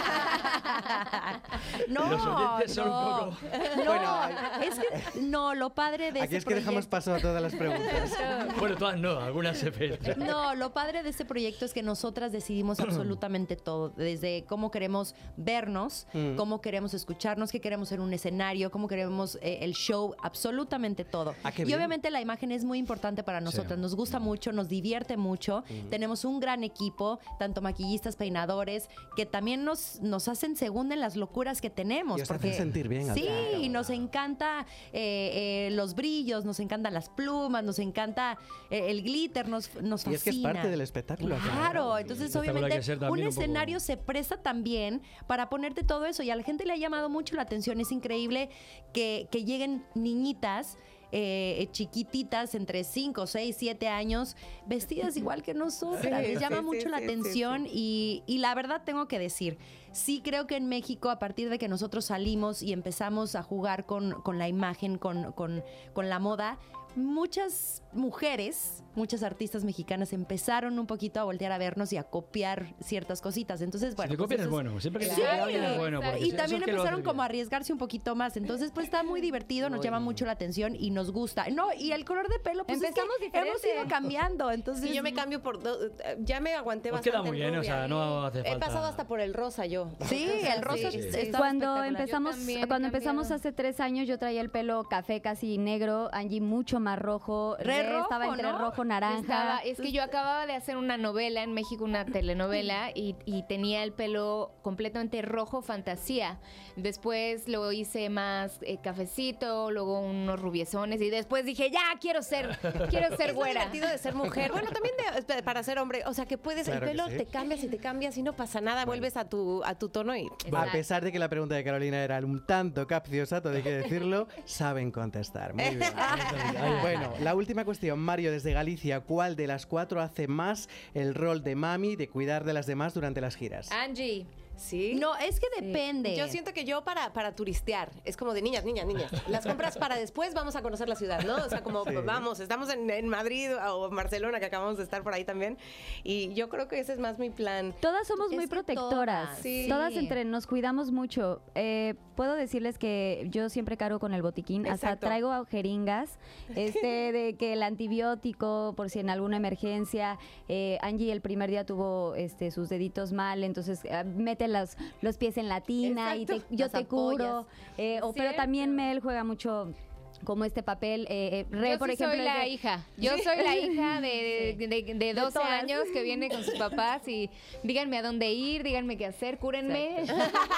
No, Los oyentes son un no, poco- no, es que no, lo padre de Aquí ese es que dejamos proyecto- paso a todas las preguntas. Bueno, todas no, algunas se filtran. No, lo padre de este proyecto es que nosotras decidimos absolutamente todo, desde cómo queremos vernos, Mm. cómo queremos escucharnos, qué queremos en un escenario, cómo queremos eh, el show, absolutamente todo. Ah, qué y bien. obviamente la imagen es muy importante para nosotras, nos gusta mucho, nos divierte mucho, tenemos un gran equipo, tanto maquillistas, peinadores, que también nos, nos hacen según en las locuras que tenemos. Y os hacen sentir bien al Sí, final. y nos encanta eh, eh, los brillos, nos encantan las plumas, nos encanta eh, el glitter, nos, nos fascina. Y es que es parte del espectáculo. Claro, entonces Espectacular obviamente que ser un también un poco- escenario se presta también para ponerte todo eso y a la gente le ha llamado mucho la atención. Es increíble que, que lleguen niñitas eh, chiquititas entre cinco, seis, siete años vestidas igual que nosotras. Sí, Les llama sí, mucho sí, la sí, atención Y, y la verdad tengo que decir, sí creo que en México a partir de que nosotros salimos y empezamos a jugar con, con la imagen, con, con, con la moda, muchas mujeres, muchas artistas mexicanas empezaron un poquito a voltear a vernos y a copiar ciertas cositas. Entonces, bueno, Si te pues copian eso es bueno, siempre que te Sí, copia alguien es bueno. porque y eso también es que lo empezaron haces como a bien. arriesgarse un poquito más. Entonces, pues está muy divertido, nos llama mucho la atención y nos gusta. No, y el color de pelo, pues Empezamos es que hemos diferente. ido cambiando. Entonces, Sí, yo me cambio por... do- ya me aguanté Os bastante queda muy en bien, o rubia. sea, no hace He falta. pasado hasta por el rosa yo. Sí, el rosa Sí, es- sí. está Cuando espectacular. empezamos, Yo también he cuando empezamos cambiado. hace tres años, yo traía el pelo café casi negro, Angie mucho más rojo, Re Re rojo, estaba entre ¿no? rojo, naranja. Estaba- es que yo acababa de hacer una novela en México, una telenovela, y, y tenía el pelo completamente rojo fantasía. Después lo hice más eh, cafecito, luego unos rubiezones, y después dije, ya, quiero ser, quiero ser Es lo güera. divertido de ser mujer. Bueno, también de- para ser hombre. O sea, que puedes, Claro el que pelo sí. te cambias y te cambias y no pasa nada. Vuelves a tu, a tu tono y... A pesar de que la pregunta de Carolina era un tanto capciosa, todo hay que decirlo, saben contestar. Muy bien. Bueno, la última cuestión, Mario, desde Galicia, ¿cuál de las cuatro hace más el rol de mami de cuidar de las demás durante las giras? Angie. Sí. No, es que depende. Yo siento que yo para, para turistear, es como de niñas, niñas, niñas. Las compras para después vamos a conocer la ciudad, ¿no? O sea, como Sí. vamos, estamos en, en Madrid o en Barcelona, que acabamos de estar por ahí también. Y yo creo que ese es más mi plan. Todas somos Es muy que protectoras. todas, sí. Todas entre nos cuidamos mucho. Eh, puedo decirles que yo siempre cargo con el botiquín. Hasta Exacto. traigo jeringas. Este, de que el antibiótico, por si en alguna emergencia. Eh, Angie el primer día tuvo este, sus deditos mal, entonces eh, mete los, los pies en la tina y te- Exacto. yo Las te curo. ampollas. Eh, o- pero también Mel juega mucho como este papel. Eh, eh, Re, Yo por sí ejemplo, soy es la de- hija. Yo soy la hija de, de, de- de doce todas. años que viene con sus papás y díganme a dónde ir, díganme qué hacer, cúrenme.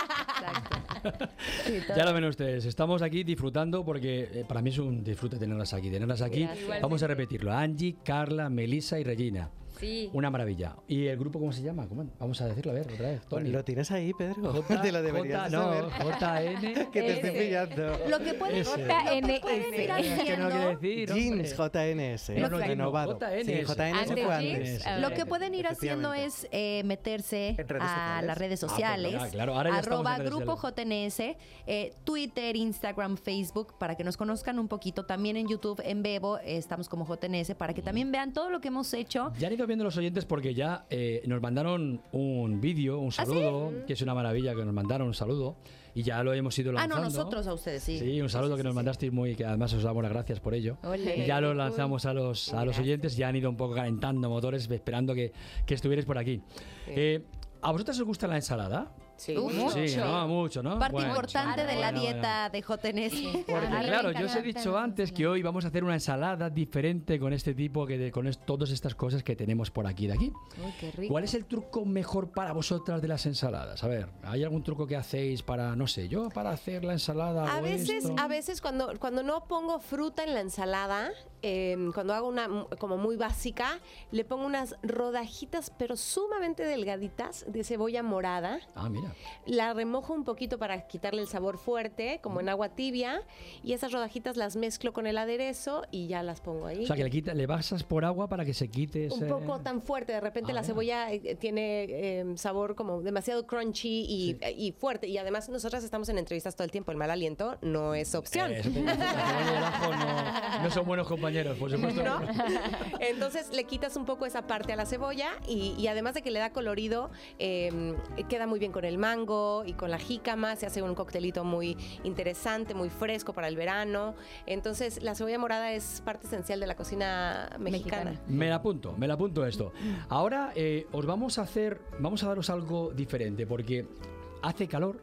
Sí, Ya lo ven ustedes, estamos aquí disfrutando porque eh, para mí es un disfrute tenerlas aquí. Tenerlas aquí, Gracias. vamos a repetirlo. Angie, Carla, Melissa y Regina. Sí. Una maravilla. ¿Y el grupo cómo se llama? ¿Cómo? Vamos a decirlo, a ver, otra vez, Tony. Lo tienes ahí, Pedro. J- Te lo deberías J- de no, saber. J N Que te estoy S. pillando. Lo que pueden, Ese. J N lo que pueden ir S. Es que no lo quiere haciendo, decir, Jeans, hombre. J N S. No, no, renovado. J N S. Sí, J N S Antes fue jeans, antes. a lo ver. que pueden ir haciendo Efectivamente. es eh, meterse En redes a sociales. las redes Ah, pues sociales, verdad, claro, ahora ya estamos arroba en redes grupo sociales. J N S, eh, Twitter, Instagram, Facebook, para que nos conozcan un poquito. También en YouTube, en Bebo, eh, estamos como J N S, para que también vean todo lo que hemos hecho. Ya han ido viendo los oyentes porque ya eh, nos mandaron un vídeo, un saludo, que es una maravilla que nos mandaron un saludo y ya lo hemos ido Ah, lanzando. no, nosotros a ustedes, sí. Sí, un saludo que nos mandasteis muy, que además os damos las gracias por ello. Ole. Y ya lo lanzamos a los, a los oyentes, ya han ido un poco calentando motores, esperando que, que estuvierais por aquí. Eh, ¿A vosotros os gusta la ensalada? Sí. Uf, Sí, no, mucho, ¿no? Parte Bueno, importante de la bueno, bueno. dieta de J N S. Porque A mí me claro, yo os he encantan dicho las antes que hoy vamos a hacer una ensalada diferente con este tipo, que de- con es- todas estas cosas que tenemos por aquí de aquí. Uy, qué rico. ¿Cuál es el truco mejor para vosotras de las ensaladas? A ver, ¿hay algún truco que hacéis para, no sé, yo para hacer la ensalada? A hago veces, esto? a veces cuando, cuando no pongo fruta en la ensalada, eh, cuando hago una m- como muy básica, le pongo unas rodajitas pero sumamente delgaditas de cebolla morada. Ah, mira. La remojo un poquito para quitarle el sabor fuerte, como en agua tibia, y esas rodajitas las mezclo con el aderezo y ya las pongo ahí. O sea, que le, quita, le basas por agua para que se quite ese... Un poco tan fuerte, de repente Ah, la ya. cebolla eh, tiene eh, sabor como demasiado crunchy y, y fuerte. Y además nosotras estamos en entrevistas todo el tiempo, el mal aliento no es opción. Eh, eso te- la cebolla y el ajo no, no son buenos compañeros, por supuesto. ¿No? Entonces le quitas un poco esa parte a la cebolla y, y además de que le da colorido, eh, queda muy bien con el mango y con la jícama, se hace un coctelito muy interesante, muy fresco para el verano. Entonces la cebolla morada es parte esencial de la cocina mexicana. Mexicana. Me la apunto, me la apunto esto. Ahora eh, os vamos a hacer, vamos a daros algo diferente porque hace calor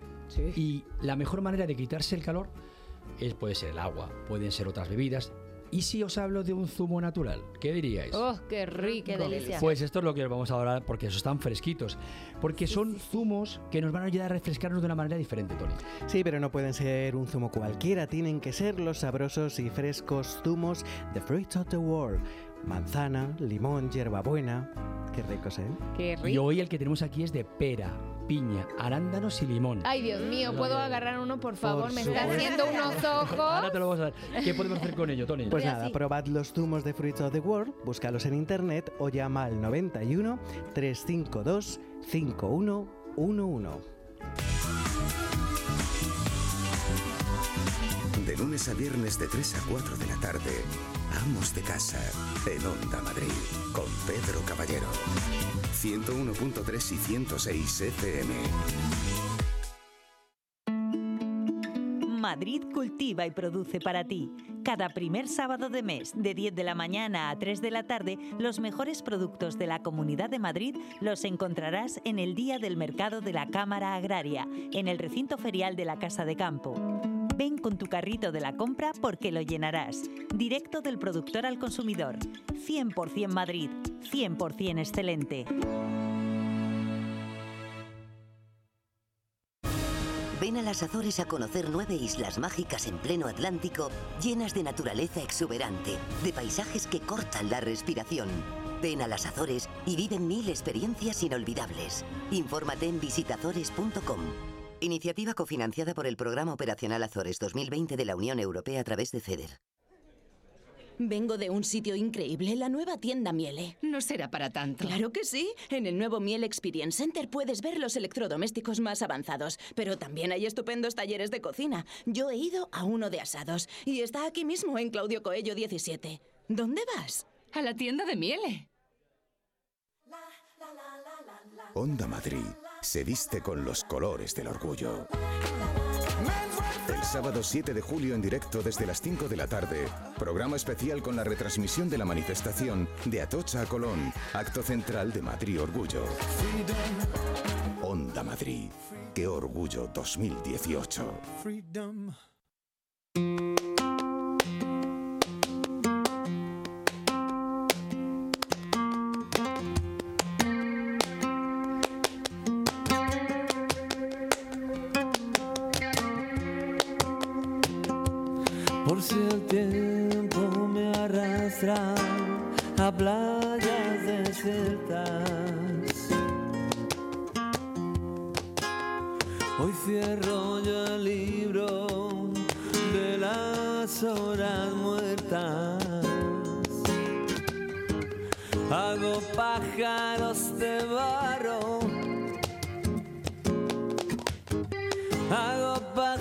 y la mejor manera de quitarse el calor es, puede ser el agua, pueden ser otras bebidas. ¿Y si os hablo de un zumo natural? ¿Qué diríais? Oh, qué rico. Qué delicia. Pues esto es lo que os vamos a hablar porque esos están fresquitos. Porque son zumos que nos van a ayudar a refrescarnos de una manera diferente, Tony. Sí, pero no pueden ser un zumo cualquiera, tienen que ser los sabrosos y frescos zumos The Fruits of the World. Manzana, limón, hierbabuena. Qué ricos, ¿eh? Qué Y rico. hoy el que tenemos aquí es de pera, piña, arándanos y limón. Ay, Dios mío, ¿puedo agarrar uno, por favor? Me está supuesto. haciendo unos Ahora ojos. te lo vamos a dar. ¿Qué podemos hacer con ello, Tony? Pues nada, probad los zumos de Fruits of the World, búscalos en internet o llama al noventa y uno, trescientos cincuenta y dos, cincuenta y uno once. De lunes a viernes de tres a cuatro de la tarde, Amos de Casa, en Onda Madrid, con Pedro Caballero. ciento uno punto tres y ciento seis F M. Madrid cultiva y produce para ti. Cada primer sábado de mes, de diez de la mañana a tres de la tarde, los mejores productos de la Comunidad de Madrid los encontrarás en el Día del Mercado de la Cámara Agraria, en el recinto ferial de la Casa de Campo. Ven con tu carrito de la compra porque lo llenarás. Directo del productor al consumidor. cien por ciento Madrid, cien por ciento excelente. Ven a las Azores a conocer nueve islas mágicas en pleno Atlántico, llenas de naturaleza exuberante, de paisajes que cortan la respiración. Ven a las Azores y vive mil experiencias inolvidables. Infórmate en visitazores punto com. Iniciativa cofinanciada por el Programa Operacional Azores dos mil veinte de la Unión Europea a través de FEDER. Vengo de un sitio increíble, la nueva tienda Miele. No será para tanto. Claro que sí. En el nuevo Miele Experience Center puedes ver los electrodomésticos más avanzados, pero también hay estupendos talleres de cocina. Yo he ido a uno de asados y está aquí mismo en Claudio Coello diecisiete. ¿Dónde vas? A la tienda de Miele. Onda Madrid se viste con los colores del orgullo. El sábado siete de julio en directo desde las cinco de la tarde, programa especial con la retransmisión de la manifestación de Atocha a Colón, acto central de Madrid Orgullo. Onda Madrid, qué orgullo dos mil dieciocho. Por si el tiempo me arrastra a playas desiertas, hoy cierro yo el libro de las horas muertas. Hago pájaros de barro, hago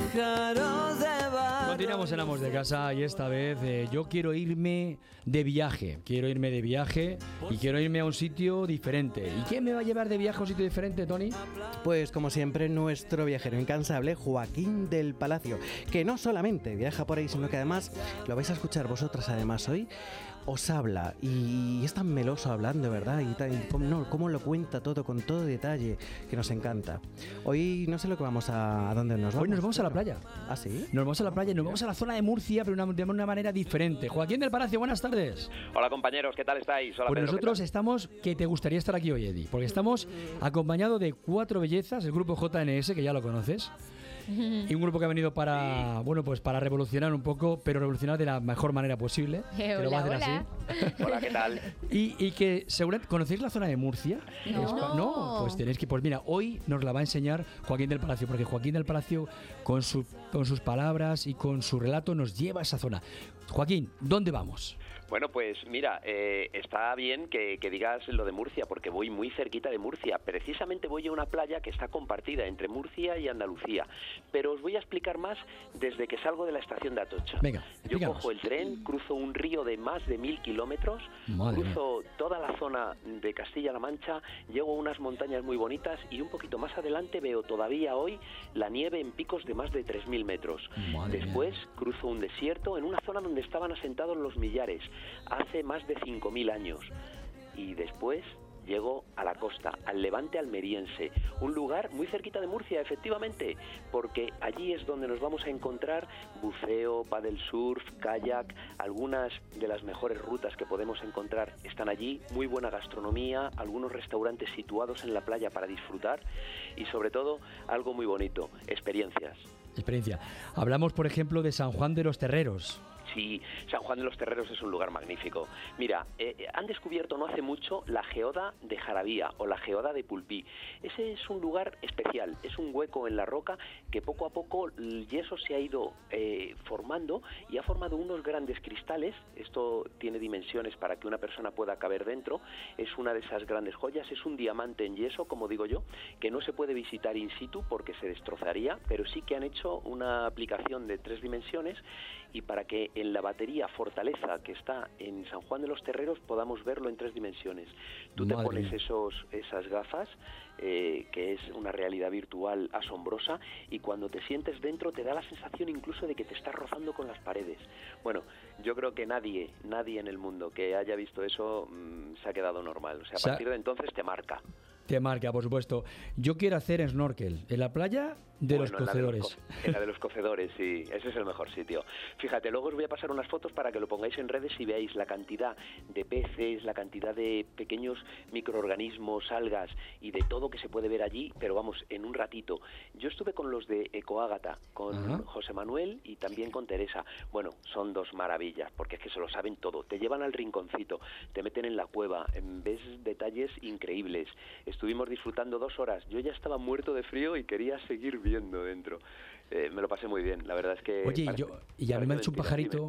pájaros de barro. Continuamos en Amos de Casa y esta vez eh, yo quiero irme de viaje. Quiero irme de viaje y quiero irme a un sitio diferente. ¿Y quién me va a llevar de viaje a un sitio diferente, Tony? Pues como siempre, nuestro viajero incansable, Joaquín del Palacio, que no solamente viaja por ahí, sino que además lo vais a escuchar vosotras además hoy. Os habla y es tan meloso hablando, ¿verdad? Y, tan, y cómo, no, cómo lo cuenta todo con todo detalle, que nos encanta. Hoy no sé lo que vamos a... ¿A dónde nos vamos? Hoy nos vamos a la playa. ¿Ah, sí? Nos vamos a la playa y nos vamos a la zona de Murcia, pero una, de una manera diferente. Joaquín del Palacio, buenas tardes. Hola compañeros, ¿qué tal estáis? Hola, Pues Pedro, nosotros ¿qué tal? estamos, que te gustaría estar aquí hoy, Eddie, porque estamos acompañados de cuatro bellezas, el grupo J N S, que ya lo conoces. Y un grupo que ha venido para, bueno, pues para revolucionar un poco, pero revolucionar de la mejor manera posible. Eh, que lo va a hacer hola, así. Hola, ¿qué tal? Y, y que seguramente ¿conocéis la zona de Murcia? No. Es pa- no, pues tenéis que, pues mira, hoy nos la va a enseñar Joaquín del Palacio, porque Joaquín del Palacio con su, con sus palabras y con su relato nos lleva a esa zona. Joaquín, ¿dónde vamos? Bueno, pues mira, eh, está bien que, que digas lo de Murcia, porque voy muy cerquita de Murcia. Precisamente voy a una playa que está compartida entre Murcia y Andalucía. Pero os voy a explicar más desde que salgo de la estación de Atocha. Venga, Yo explícanos. cojo el tren, cruzo un río de más de mil kilómetros, Madre cruzo toda la zona de Castilla-La Mancha, llego a unas montañas muy bonitas y un poquito más adelante veo todavía hoy la nieve en picos de más de tres mil metros. Madre Después cruzo un desierto en una zona donde estaban asentados los millares hace más de cinco mil años. Y después llego a la costa, al levante almeriense, un lugar muy cerquita de Murcia, efectivamente, porque allí es donde nos vamos a encontrar buceo, paddle surf, kayak, algunas de las mejores rutas que podemos encontrar están allí, muy buena gastronomía, algunos restaurantes situados en la playa para disfrutar y sobre todo algo muy bonito, experiencias. Experiencia. Hablamos, por ejemplo, de San Juan de los Terreros. Sí, San Juan de los Terreros es un lugar magnífico. Mira, eh, han descubierto no hace mucho la geoda de Jarabía o la geoda de Pulpí. Ese es un lugar especial, es un hueco en la roca que poco a poco el yeso se ha ido eh, formando y ha formado unos grandes cristales. Esto tiene dimensiones para que una persona pueda caber dentro. Es una de esas grandes joyas, es un diamante en yeso, como digo yo, que no se puede visitar in situ porque se destrozaría, pero sí que han hecho una aplicación de tres dimensiones y para que en la batería Fortaleza que está en San Juan de los Terreros podamos verlo en tres dimensiones. Tú te Madre pones mía. esos, esas gafas, eh, que es una realidad virtual asombrosa, y cuando te sientes dentro te da la sensación incluso de que te estás rozando con las paredes. Bueno, yo creo que nadie, nadie en el mundo que haya visto eso mmm, se ha quedado normal. O sea, a Sa- partir de entonces te marca. Te marca, por supuesto. Yo quiero hacer snorkel en la playa de los Bueno, en la de los cocedores. co- En la de los cocedores, sí, ese es el mejor sitio. Fíjate, luego os voy a pasar unas fotos para que lo pongáis en redes y veáis la cantidad de peces, la cantidad de pequeños microorganismos, algas y de todo que se puede ver allí, pero vamos, en un ratito. Yo estuve con los de Ecoágata, con Ajá. José Manuel y también con Teresa. Bueno, son dos maravillas, porque es que se lo saben todo. Te llevan al rinconcito, te meten en la cueva, em, ves detalles increíbles. Estuvimos disfrutando dos horas. Yo ya estaba muerto de frío y quería seguir viendo dentro. Eh, me lo pasé muy bien. La verdad es que... Oye, y, parece- yo, y a mí me ha parece dicho un mentira, pajarito dime.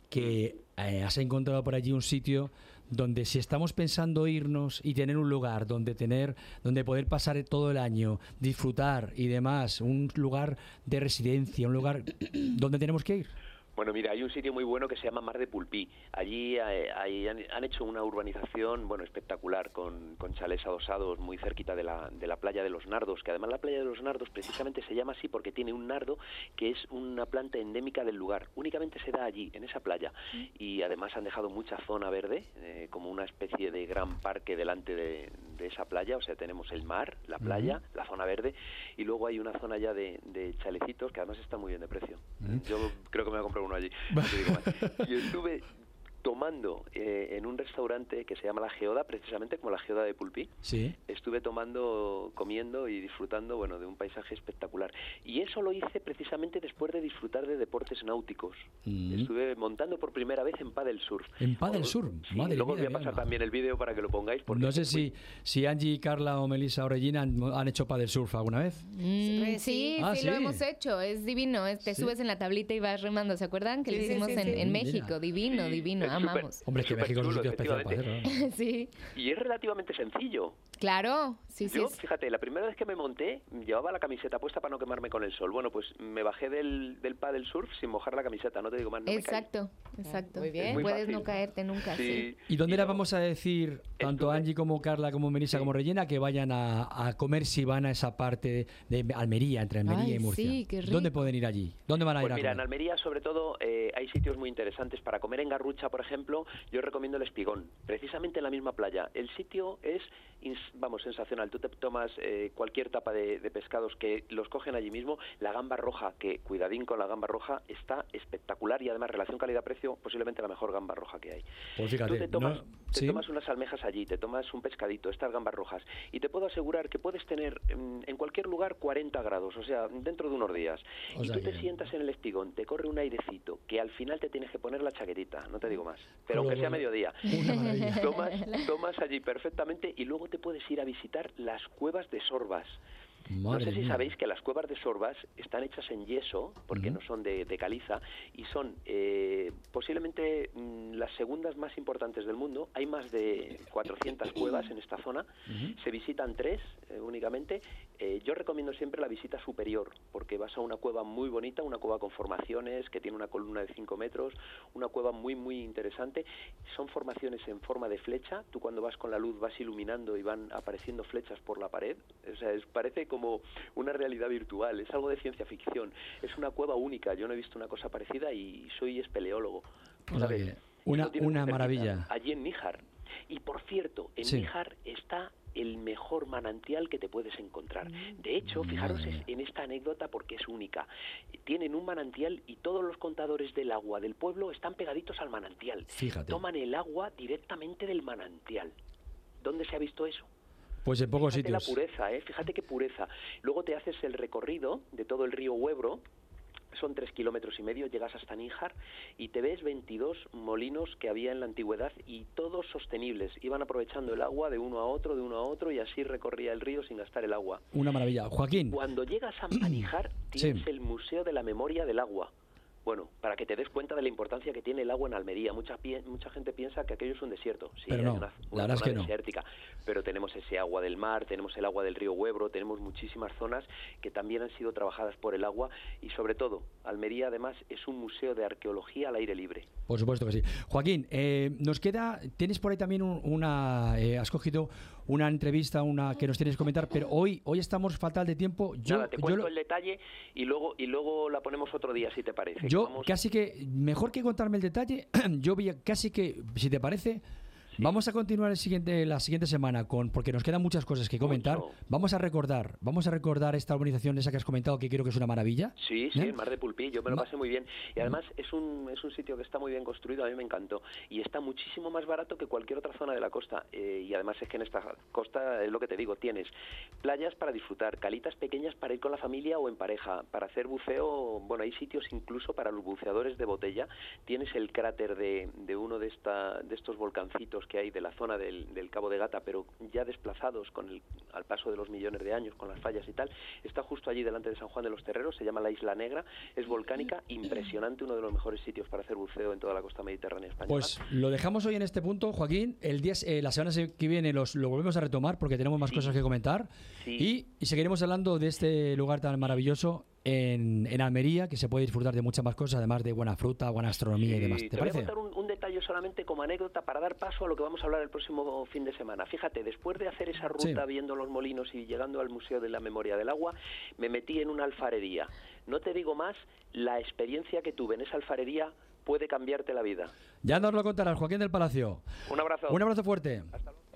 que eh, has encontrado por allí un sitio donde si estamos pensando irnos y tener un lugar donde tener, donde poder pasar todo el año, disfrutar y demás, un lugar de residencia, un lugar donde tenemos que ir. Bueno, mira, hay un sitio muy bueno que se llama Mar de Pulpí. Allí eh, hay- han, han hecho una urbanización, bueno, espectacular, con, con chalés adosados muy cerquita de la, de la playa de los Nardos, que además la playa de los Nardos precisamente se llama así porque tiene un nardo que es una planta endémica del lugar. Únicamente se da allí, en esa playa. Y además han dejado mucha zona verde, eh, como una especie de gran parque delante de, de esa playa. O sea, tenemos el mar, la playa, Ujú. la zona verde, y luego hay una zona ya de, de chalecitos que además está muy bien de precio. Yo creo que me voy a comprar uno allí. no te digo más. Y estuve tomando eh, en un restaurante que se llama La Geoda, precisamente como la Geoda de Pulpí. Sí. Estuve tomando, comiendo y disfrutando, bueno, de un paisaje espectacular. Y eso lo hice precisamente después de disfrutar de deportes náuticos. Mm. Estuve montando por primera vez en paddle surf. En paddle surf, Sí, madre luego mía, os voy a mi pasar alma. también el vídeo para que lo pongáis. Porque No sé si, si Angie, Carla o Melissa o Regina han, han hecho paddle surf alguna vez. Mm, sí, Ah, sí, lo sí. hemos hecho, es divino, es- te Sí. subes en la tablita y vas remando, ¿se acuerdan? Que lo Sí, sí, hicimos sí, en, sí. en Mira. México, divino, divino, es súper- amamos. Hombre, es que Súper México es un chulo, sitio especial para hacerlo. efectivamente. Sí, Y es relativamente sencillo. claro, sí, sí. Yo, es- fíjate, la primera vez que me monté, llevaba la camiseta puesta para no quemarme con el sol. Bueno, pues me bajé del, del paddle surf sin mojar la camiseta, no te digo más, no me caí. Exacto, exacto. Muy bien. Es muy Puedes fácil. no caerte nunca, sí. Sí. ¿Y dónde le vamos a decir, tanto Estuve- Angie como Carla, como Melissa, como Regina, que vayan a, a comer si van a esa parte de Almería, entre Almería Ay, y Murcia? sí, qué rico. ¿Dónde pueden ir allí? ¿Dónde van a ir Pues a mira, en comer? Almería sobre todo eh, hay sitios muy interesantes para comer. En Garrucha, por ejemplo, yo recomiendo el Espigón, precisamente en la misma playa. El sitio es, ins- vamos, sensacional. Tú te tomas eh, cualquier tapa de, de pescados que los cogen allí mismo. La gamba roja, que cuidadín con la gamba roja, está espectacular y además relación calidad-precio, posiblemente la mejor gamba roja que hay. Pues Tú fíjate, te tomas, no- te ¿sí? tomas unas almejas allí, te tomas un pescadito, estas gambas rojas, y te puedo asegurar que puedes tener mm, en cualquier lugar cuarenta grados, o sea, dentro de unos días. O y sea tú te que- sientas en el espigón, te corre un airecito, que al final te tienes que poner la chaquetita, no te digo más, pero Con aunque lo- sea mediodía. Una maravilla. Tomas, tomas allí perfectamente y luego te puedes ir a visitar las cuevas de Sorbas. Madre no sé si mía. sabéis que las cuevas de Sorbas están hechas en yeso, porque Ujú. no son de, de caliza, y son eh, posiblemente mm, las segundas más importantes del mundo. Hay más de cuatrocientas cuevas en esta zona. Ujú. Se visitan tres eh, únicamente. Eh, yo recomiendo siempre la visita superior, porque vas a una cueva muy bonita, una cueva con formaciones, que tiene una columna de cinco metros, una cueva muy, muy interesante. Son formaciones en forma de flecha. Tú cuando vas con la luz vas iluminando y van apareciendo flechas por la pared. O sea, es, parece como una realidad virtual. Es algo de ciencia ficción. Es una cueva única. Yo no he visto una cosa parecida y soy espeleólogo. O sea ¿sabes? que Eso una, lo tienes una muy cerquita, maravilla. Allí en Níjar. Y por cierto, en Sí. Níjar está el mejor manantial que te puedes encontrar. De hecho, fijaros Madre es- en esta anécdota porque es única. Tienen un manantial y todos los contadores del agua del pueblo están pegaditos al manantial. Fíjate. Toman el agua directamente del manantial. ¿Dónde se ha visto eso? Pues en pocos Fíjate la sitios. pureza, ¿eh? Fíjate qué pureza. Luego te haces el recorrido de todo el río Huebro, son tres kilómetros y medio, llegas hasta Níjar y te ves veintidós molinos que había en la antigüedad y todos sostenibles. Iban aprovechando el agua de uno a otro, de uno a otro y así recorría el río sin gastar el agua. Una maravilla. Joaquín, Cuando llegas a, a Níjar tienes Sí. el Museo de la Memoria del Agua. Bueno, para que te des cuenta de la importancia que tiene el agua en Almería. Mucha, pie- mucha gente piensa que aquello es un desierto. Sí, Pero hay no, una, la una verdad es zona que no. desértica. Pero tenemos ese agua del mar, tenemos el agua del río Huebro, tenemos muchísimas zonas que también han sido trabajadas por el agua. Y sobre todo, Almería además es un museo de arqueología al aire libre. por supuesto que sí. Joaquín, eh, nos queda, tienes por ahí también un- una, eh, has cogido una entrevista, una que nos tienes que comentar, pero hoy, hoy estamos fatal de tiempo. Yo, Nada, te yo, cuento lo- el detalle y luego y luego la ponemos otro día, si te parece. yo Vamos- casi que, mejor que contarme el detalle, yo vi casi que, si te parece, vamos a continuar el siguiente, la siguiente semana con, porque nos quedan muchas cosas que comentar. Mucho. Vamos a recordar, vamos a recordar esta urbanización esa que has comentado, que creo que es una maravilla. Sí, sí, ¿Eh? el Mar de Pulpí, yo me lo Ma- pasé muy bien. Y además es un, es un sitio que está muy bien construido, a mí me encantó. Y está muchísimo más barato que cualquier otra zona de la costa. Eh, y además es que en esta costa, es lo que te digo, tienes playas para disfrutar, calitas pequeñas para ir con la familia o en pareja, para hacer buceo, bueno, hay sitios incluso para los buceadores de botella. Tienes el cráter de, de uno de, esta, de estos volcancitos que hay de la zona del, del Cabo de Gata, pero ya desplazados con el, al paso de los millones de años, con las fallas y tal. Está justo allí delante de San Juan de los Terreros, se llama la Isla Negra, es volcánica, impresionante, uno de los mejores sitios para hacer buceo en toda la costa mediterránea española. Pues lo dejamos hoy en este punto, Joaquín. El día, eh, la semana que viene los, lo volvemos a retomar porque tenemos más sí. cosas que comentar. Sí. Y, y seguiremos hablando de este lugar tan maravilloso en, en Almería, que se puede disfrutar de muchas más cosas, además de buena fruta, buena astronomía sí, y demás. ¿Te, te parece? Voy a contar un, un detalle solamente como anécdota para dar paso a lo que vamos a hablar el próximo fin de semana. Fíjate, después de hacer esa ruta sí. viendo los molinos y llegando al Museo de la Memoria del Agua, me metí en una alfarería. No te digo más, la experiencia que tuve en esa alfarería puede cambiarte la vida. Ya nos lo contarás, Joaquín del Palacio. Un abrazo. Un abrazo fuerte. Hasta luego.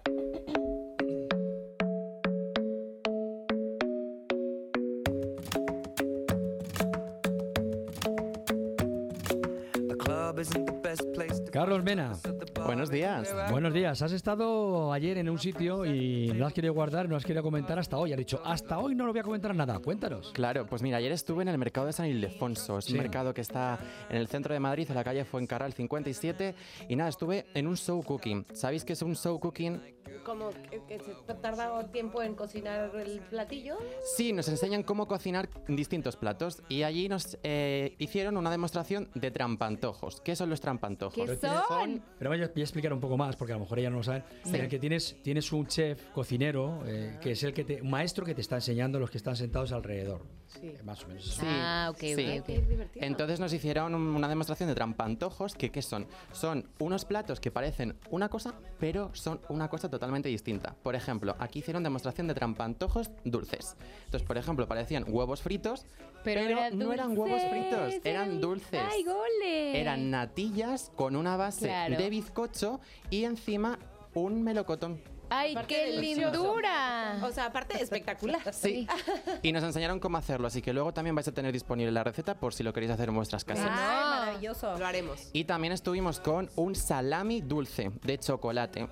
Carlos Mena. Buenos días. Buenos días. Has estado ayer en un sitio y no has querido guardar, no has querido comentar hasta hoy. Has dicho, hasta hoy no lo voy a comentar nada. Cuéntanos. Claro, pues mira, ayer estuve en el mercado de San Ildefonso. Es Sí. un mercado que está en el centro de Madrid, en la calle Fuencarral cincuenta y siete. Y nada, estuve en un show cooking. ¿Sabéis qué es un show cooking? Como que, que se tarda tiempo en cocinar el platillo. Sí, nos enseñan cómo cocinar distintos platos y allí nos eh, hicieron una demostración de trampantojos. ¿Qué son los trampantojos? ¿Qué son? Pero voy a, voy a explicar un poco más, porque a lo mejor ella no lo sabe. Sí. En el que tienes, tienes un chef cocinero, eh, que es el que te, un maestro que te está enseñando a los que están sentados alrededor. Sí. Eh, más o menos. Sí, Ah, ok, sí. ok, ok. Entonces nos hicieron un- una demostración de trampantojos, que ¿qué son? Son unos platos que parecen una cosa, pero son una cosa totalmente distinta. Por ejemplo, aquí hicieron demostración de trampantojos dulces. Entonces, por ejemplo, parecían huevos fritos, pero, era no eran huevos fritos, dulces, eran dulces. ¡Ay, gole! Eran natillas con una base Claro. de bizcocho y encima un melocotón. ¡Ay, Aparte qué delicioso. lindura! O sea, aparte espectacular. Sí. Y nos enseñaron cómo hacerlo, así que luego también vais a tener disponible la receta por si lo queréis hacer en vuestras casas. Ay, maravilloso. Lo haremos. Y también estuvimos con un salami dulce de chocolate.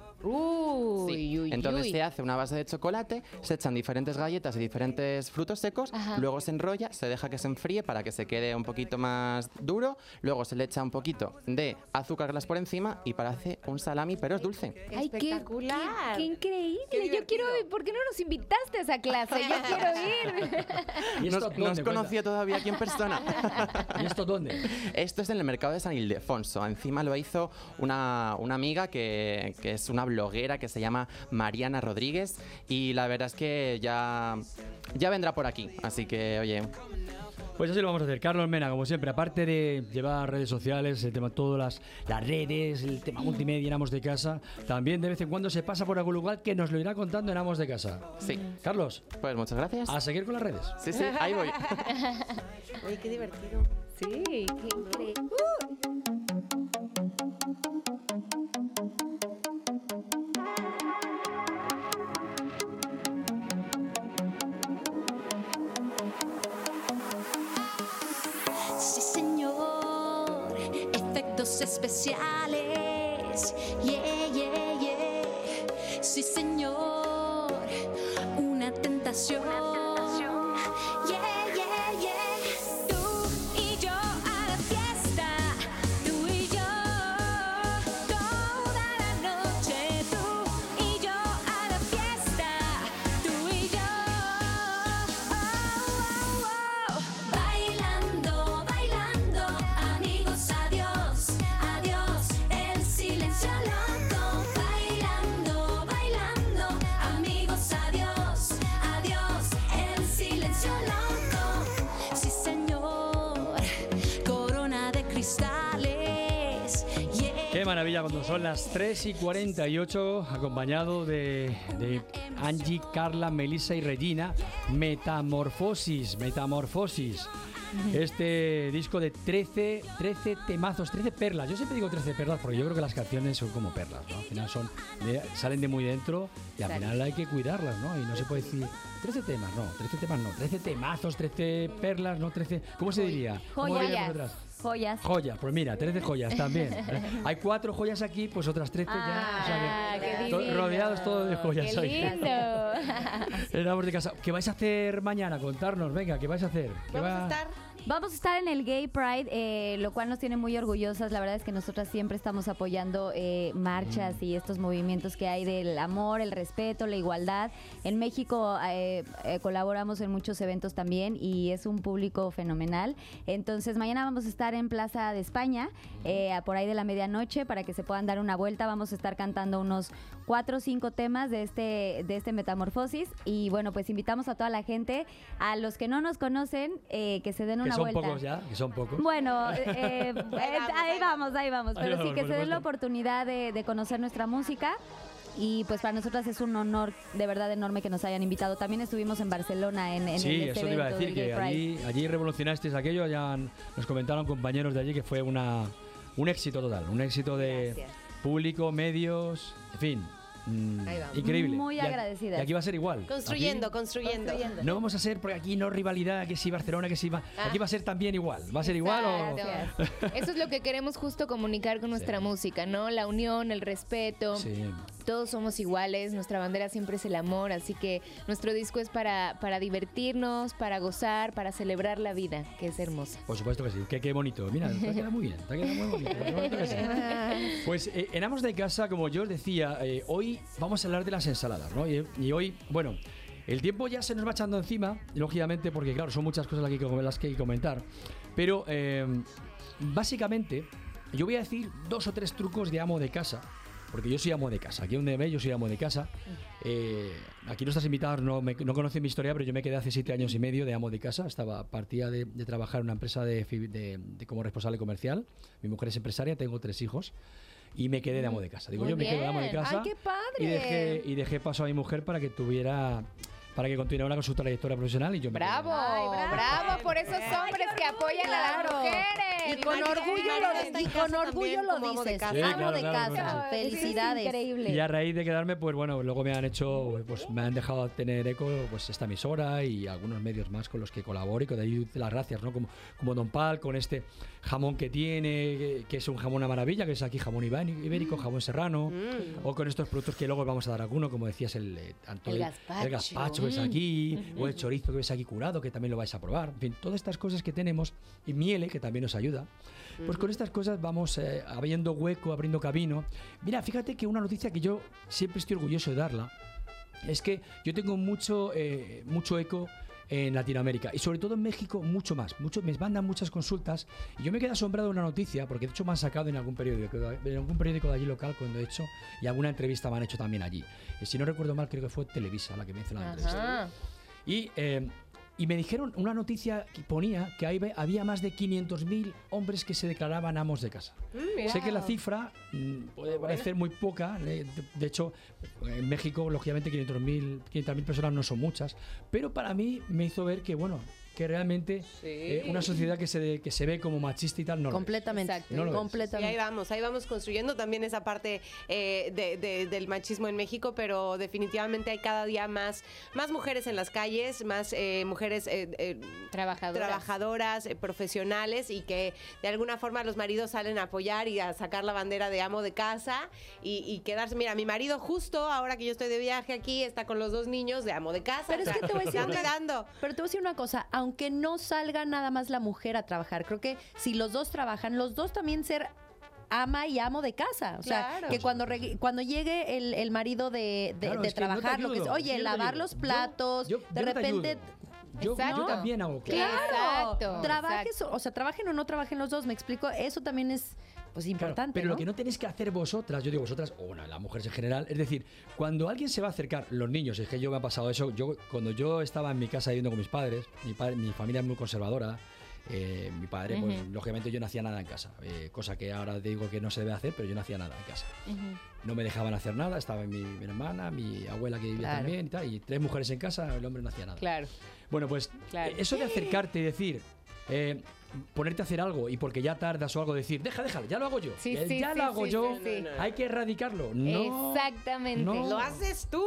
Uy, Sí. uy, Entonces uy. se hace una base de chocolate, se echan diferentes galletas y diferentes frutos secos, Ajá. luego se enrolla, se deja que se enfríe para que se quede un poquito más duro, luego se le echa un poquito de azúcar glass por encima y parece un salami, pero es dulce. ¡Ay, qué, Espectacular. qué, qué increíble! Qué Yo quiero ir. ¿Por qué no nos invitaste a esa clase? Yo quiero ir. ¿Y esto No, dónde? no os Cuenta. conocía todavía aquí en persona. ¿Y esto dónde? Esto es en el mercado de San Ildefonso. Encima lo hizo una, una amiga que, que es una bloguera que se llama Mariana Rodríguez y la verdad es que ya, ya vendrá por aquí. Así que, oye, Pues así lo vamos a hacer. Carlos Mena, como siempre, aparte de llevar redes sociales, el tema todas las, las redes, el tema multimedia en Amos de Casa, también de vez en cuando se pasa por algún lugar que nos lo irá contando en Amos de Casa. sí. Carlos, Pues muchas gracias. a seguir con las redes. Sí, sí, ahí voy. Oye, qué divertido. Sí, qué increíble. Sí, señor, efectos especiales. Yeah, yeah, yeah. Sí, señor, una tentación. Yeah, yeah, yeah. Tú y yo a la fiesta. Tú y yo toda la noche. Tú y yo a la fiesta. Tú y yo. Oh, oh, oh. Bailando, bailando, amigos, adiós, adiós, el silencio loco. Bailando, bailando, amigos, adiós, adiós, el silencio loco. Sí, señor, corona de cristales. Yeah. Qué maravilla cuando son las tres y cuarenta y ocho, acompañado de, de Angie, Carla, Melissa y Regina. Metamorfosis, Metamorfosis. Este disco de trece, trece temazos, trece perlas. Yo siempre digo trece perlas porque yo creo que las canciones son como perlas, ¿no? Al final son de- salen de muy dentro y al Claro. final hay que cuidarlas, ¿no? Y no se puede decir trece temas, no, trece temas no, trece temazos, trece perlas, no, trece... ¿Cómo se diría? ¿Cómo Joyas. diríamos nosotras? Joyas. Joyas, pues mira, trece joyas también. Hay cuatro joyas aquí, pues otras trece ya. O sea Ah, que qué to- divino. rodeados todos de joyas Qué hoy. lindo. En Amos de Casa. ¿Qué vais a hacer mañana? Contarnos, venga, ¿qué vais a hacer? ¿Qué Vamos va- a estar Vamos a estar en el Gay Pride, eh, lo cual nos tiene muy orgullosas. La verdad es que nosotras siempre estamos apoyando eh, marchas y estos movimientos que hay del amor, el respeto, la igualdad. En México eh, eh, colaboramos en muchos eventos también y es un público fenomenal. Entonces mañana vamos a estar en Plaza de España, eh, a por ahí de la medianoche, para que se puedan dar una vuelta. Vamos a estar cantando unos cuatro o cinco temas de este, de este Metamorfosis. Y bueno, pues invitamos a toda la gente, a los que no nos conocen, eh, que se den Que una son vuelta. pocos ya, que son pocos. Bueno, eh, eh, ahí vamos, ahí vamos. Ahí Pero vamos, sí que por se den la supuesto. oportunidad de, de conocer nuestra música. Y pues para nosotras es un honor de verdad enorme que nos hayan invitado. También estuvimos en Barcelona en, en Sí, el este eso te iba a evento decir, del que Gay Pride. allí, allí revolucionasteis aquello, ya han- nos comentaron compañeros de allí que fue una, un éxito total, un éxito de Gracias. público, medios, en fin, mm, Ahí vamos. increíble. Muy Y a- agradecidas. Y aquí va a ser igual. construyendo, Aquí construyendo. no vamos a ser, porque aquí no rivalidad, que si Barcelona, que si... va- Aquí va a ser también igual, va a ser igual o... Exacto. Eso es lo que queremos justo comunicar con nuestra música, ¿no? La unión, el respeto. Sí. Todos somos iguales, nuestra bandera siempre es el amor, así que nuestro disco es para, para divertirnos, para gozar, para celebrar la vida, que es hermosa. Por supuesto que sí, que qué bonito. Mira, te ha quedado muy bien, te ha quedado muy bonito. Qué bonito que sí. Pues eh, en Amos de Casa, como yo os decía, eh, hoy vamos a hablar de las ensaladas, ¿no? Y, y hoy, bueno, el tiempo ya se nos va echando encima, lógicamente, porque claro, son muchas cosas las que, las que hay que comentar. Pero eh, básicamente, yo voy a decir dos o tres trucos de amo de casa. Porque yo soy amo de casa, aquí donde me ve yo soy amo de casa. Eh, aquí nuestras invitadas no, me- no conocen mi historia, pero yo me quedé hace siete años y medio de amo de casa. Estaba partía de, de trabajar en una empresa de, fi- de- de- como responsable comercial. Mi mujer es empresaria, tengo tres hijos. Y me quedé de amo de casa. Digo, Muy yo me quedo de amo de bien. casa. ¡Ay, qué padre! Y dejé, y dejé paso a mi mujer para que tuviera... Para que continuara con su trayectoria profesional y yo me quedé. ¡Bravo! ¡Bravo por esos hombres que apoyan a las Claro. mujeres! Y con orgullo lo, y con orgullo lo dices. casa. Sí, Amo claro, de claro, casa. claro. Felicidades. Y a raíz de quedarme, pues bueno, luego me han hecho, pues me han dejado tener eco, pues esta emisora y algunos medios más con los que colaboro y que doy las gracias, ¿no? Como, como Don Pal, con este jamón que tiene, que, que es un jamón a maravilla, que es aquí jamón ibérico, ibérico, jamón serrano, Mm. o con estos productos que luego vamos a dar alguno, como decías, el, eh, tanto El el, gazpacho. el gazpacho que es Mm. aquí, Ujú. o el chorizo que ves aquí curado, que también lo vais a probar. En fin, todas estas cosas que tenemos, y miele, que también nos ayuda. Pues con estas cosas vamos eh, abriendo hueco, abriendo camino. Mira, fíjate que una noticia que yo siempre estoy orgulloso de darla es que yo tengo mucho, eh, mucho eco en Latinoamérica y sobre todo en México mucho más. Mucho, me mandan muchas consultas y yo me quedé asombrado de una noticia porque de hecho me han sacado en algún periódico, en algún periódico de allí local cuando he hecho y alguna entrevista me han hecho también allí. Y si no recuerdo mal, creo que fue Televisa la que me hizo la entrevista. Ajá. Y, eh, y me dijeron una noticia que ponía que hay- había más de quinientos mil hombres que se declaraban amos de casa. Mm, Sé que la cifra mm, puede parecer muy poca, eh, de, de hecho en México lógicamente quinientos mil personas no son muchas, pero para mí me hizo ver que bueno, que realmente eh, una sociedad que se, que se ve como machista y tal no lo es. Completamente. No lo es. Y Completamente. ahí vamos, ahí vamos construyendo también esa parte eh, de- de- del machismo en México, pero definitivamente hay cada día más, más mujeres en las calles, más eh, mujeres eh, eh, Trabajadoras. trabajadoras, eh, profesionales y que de alguna forma los maridos salen a apoyar y a sacar la bandera de amo de casa y, y quedarse. Mira, mi marido justo ahora que yo estoy de viaje aquí está con los dos niños de amo de casa. Pero o es sea, que te voy a decir dando y una- dando. Pero te voy a decir una cosa, aunque no salga nada más la mujer a trabajar, creo que si los dos trabajan, los dos también ser ama y amo de casa. O sea, Claro. que cuando, reg- cuando llegue el, el marido de, de- Claro, de es que yo te trabajar, lo que ayudo, sea, es que oye, yo te lavar ayudo. los Yo- platos, yo- de yo te repente... ayudo. Yo, Exacto. yo también hago cosas. Claro, Exacto, trabajes, o sea, trabajen o no trabajen los dos, me explico, eso también es pues Claro, importante, pero ¿no? lo que no tenéis que hacer vosotras, yo digo vosotras, o bueno, las mujeres en general, es decir, cuando alguien se va a acercar, los niños, es que yo me ha pasado eso, yo cuando yo estaba en mi casa viviendo con mis padres, mi, padre, mi familia es muy conservadora, eh, mi padre, pues Ujú. lógicamente yo no hacía nada en casa, eh, cosa que ahora digo que no se debe hacer, pero yo no hacía nada en casa. No me dejaban hacer nada, estaba mi, mi hermana, mi abuela que vivía Claro. también y tal, y tres mujeres en casa, el hombre no hacía nada. Claro. Bueno, pues Claro. eh, eso de acercarte y decir, eh, ponerte a hacer algo y porque ya tardas o algo decir, deja, déjalo, ya lo hago yo. Sí, El sí, ya sí, lo hago sí, yo, sí, sí. hay que erradicarlo. No. Exactamente. no. Lo haces tú.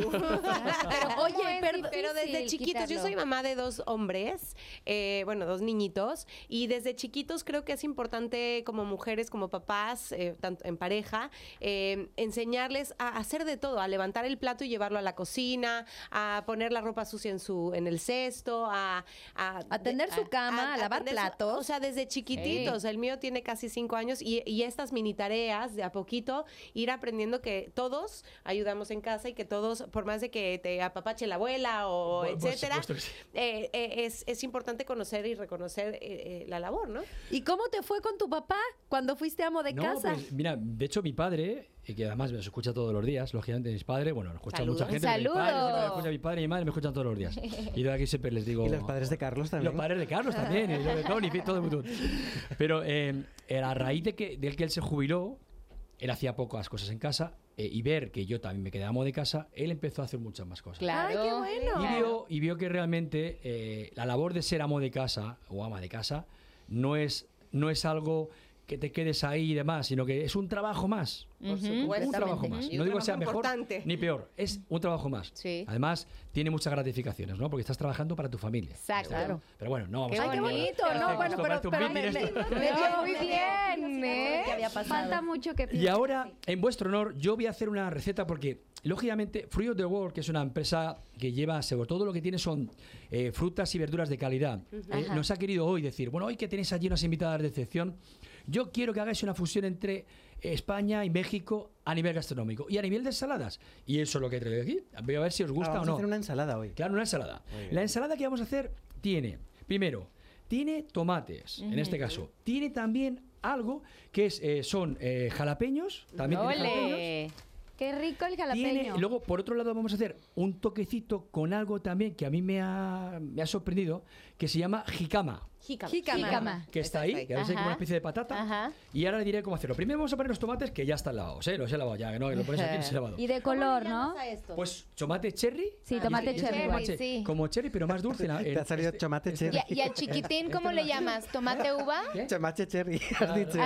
Pero, oye, ¿Cómo es pero, pero desde difícil chiquitos, yo quitarlo? soy mamá de dos hombres, eh, bueno, dos niñitos, y desde chiquitos creo que es importante como mujeres, como papás, eh, tanto en pareja, eh, enseñarles a hacer de todo, a levantar el plato y llevarlo a la cocina, a poner la ropa sucia en su en el cesto, a... A, A tender su cama, a lavar tender su- platos. o sea, desde chiquititos. El mío tiene casi cinco años y, y estas mini tareas, de a poquito, ir aprendiendo que todos ayudamos en casa y que todos, por más de que te apapache la abuela o Por- por etcétera, supuesto que sí. eh, eh, es, es importante conocer y reconocer eh, eh, la labor, ¿no? ¿Y cómo te fue con tu papá cuando fuiste amo de No, casa? pues mira, de hecho mi padre, eh, que además me escucha todos los días, lógicamente mis padres, bueno, nos escucha Saludos. mucha gente, pero mi padre, Saludos. siempre me escucha mi padre y mi madre me escuchan todos los días. Y de aquí siempre les digo... Y los padres de Carlos Y también. los padres de Carlos también, y yo de Tony, en fin, todo el mundo. Pero eh, a raíz de que, del que él se jubiló, él hacía pocas cosas en casa, eh, y ver que yo también me quedaba amo de casa, él empezó a hacer muchas más cosas. Claro. ¡Ay, qué bueno! Y vio, y vio que realmente eh, la labor de ser amo de casa o ama de casa no es, no es algo que te quedes ahí y demás, sino que es un trabajo más. Ujú. Un trabajo más. Y No un digo que sea trabajo mejor importante. ni peor, es un trabajo más. Sí. Además, tiene muchas gratificaciones, ¿no? Porque estás trabajando para tu familia. Exacto. Claro. Pero bueno, no vamos Qué a... ¡Ay, qué bonito. bonito! No, Esto bueno, pero, parece un pero meeting me, me, esto. me Me dio dio- muy me dio bien, curiosidad ¿eh? qué había pasado. Falta mucho que Y ahora, en vuestro honor, yo voy a hacer una receta porque, lógicamente, Fruit of the World, que es una empresa que lleva, sobre todo lo que tiene son eh, frutas y verduras de calidad, eh, Ajá. nos ha querido hoy decir, bueno, hoy que tenéis allí unas invitadas de excepción, yo quiero que hagáis una fusión entre España y México a nivel gastronómico y a nivel de ensaladas. Y eso es lo que he traído aquí. Voy a ver si os Ah, gusta vamos o no. a hacer una ensalada hoy. Claro, una ensalada. Muy bien. La ensalada que vamos a hacer tiene, primero, tiene tomates, en este caso. Tiene también algo que es, eh, son eh, jalapeños, también tiene jalapeños. Ole. Qué rico el Tiene, jalapeño. y luego, por otro lado, vamos a hacer un toquecito con algo también que a mí me ha, me ha sorprendido, que se llama jicama. Jícama. Jícama. Jícama. Que está ahí, que a veces hay como Ajá. una especie de patata. Ajá. Y ahora le diré cómo hacerlo. Primero vamos a poner los tomates que ya están lavados, ¿eh? Los he lavado ya, que no, que lo pones aquí, los he lavado. Y de color, ¿no? Pues tomate cherry. Sí, Y tomate este- y este cherry. tomate Sí. Como cherry, pero más dulce. la- Te el- ha salido este- tomate este- cherry. ¿Y, y al chiquitín cómo le llamas? ¿Tomate uva? ¿Qué? Chamache cherry, has dicho.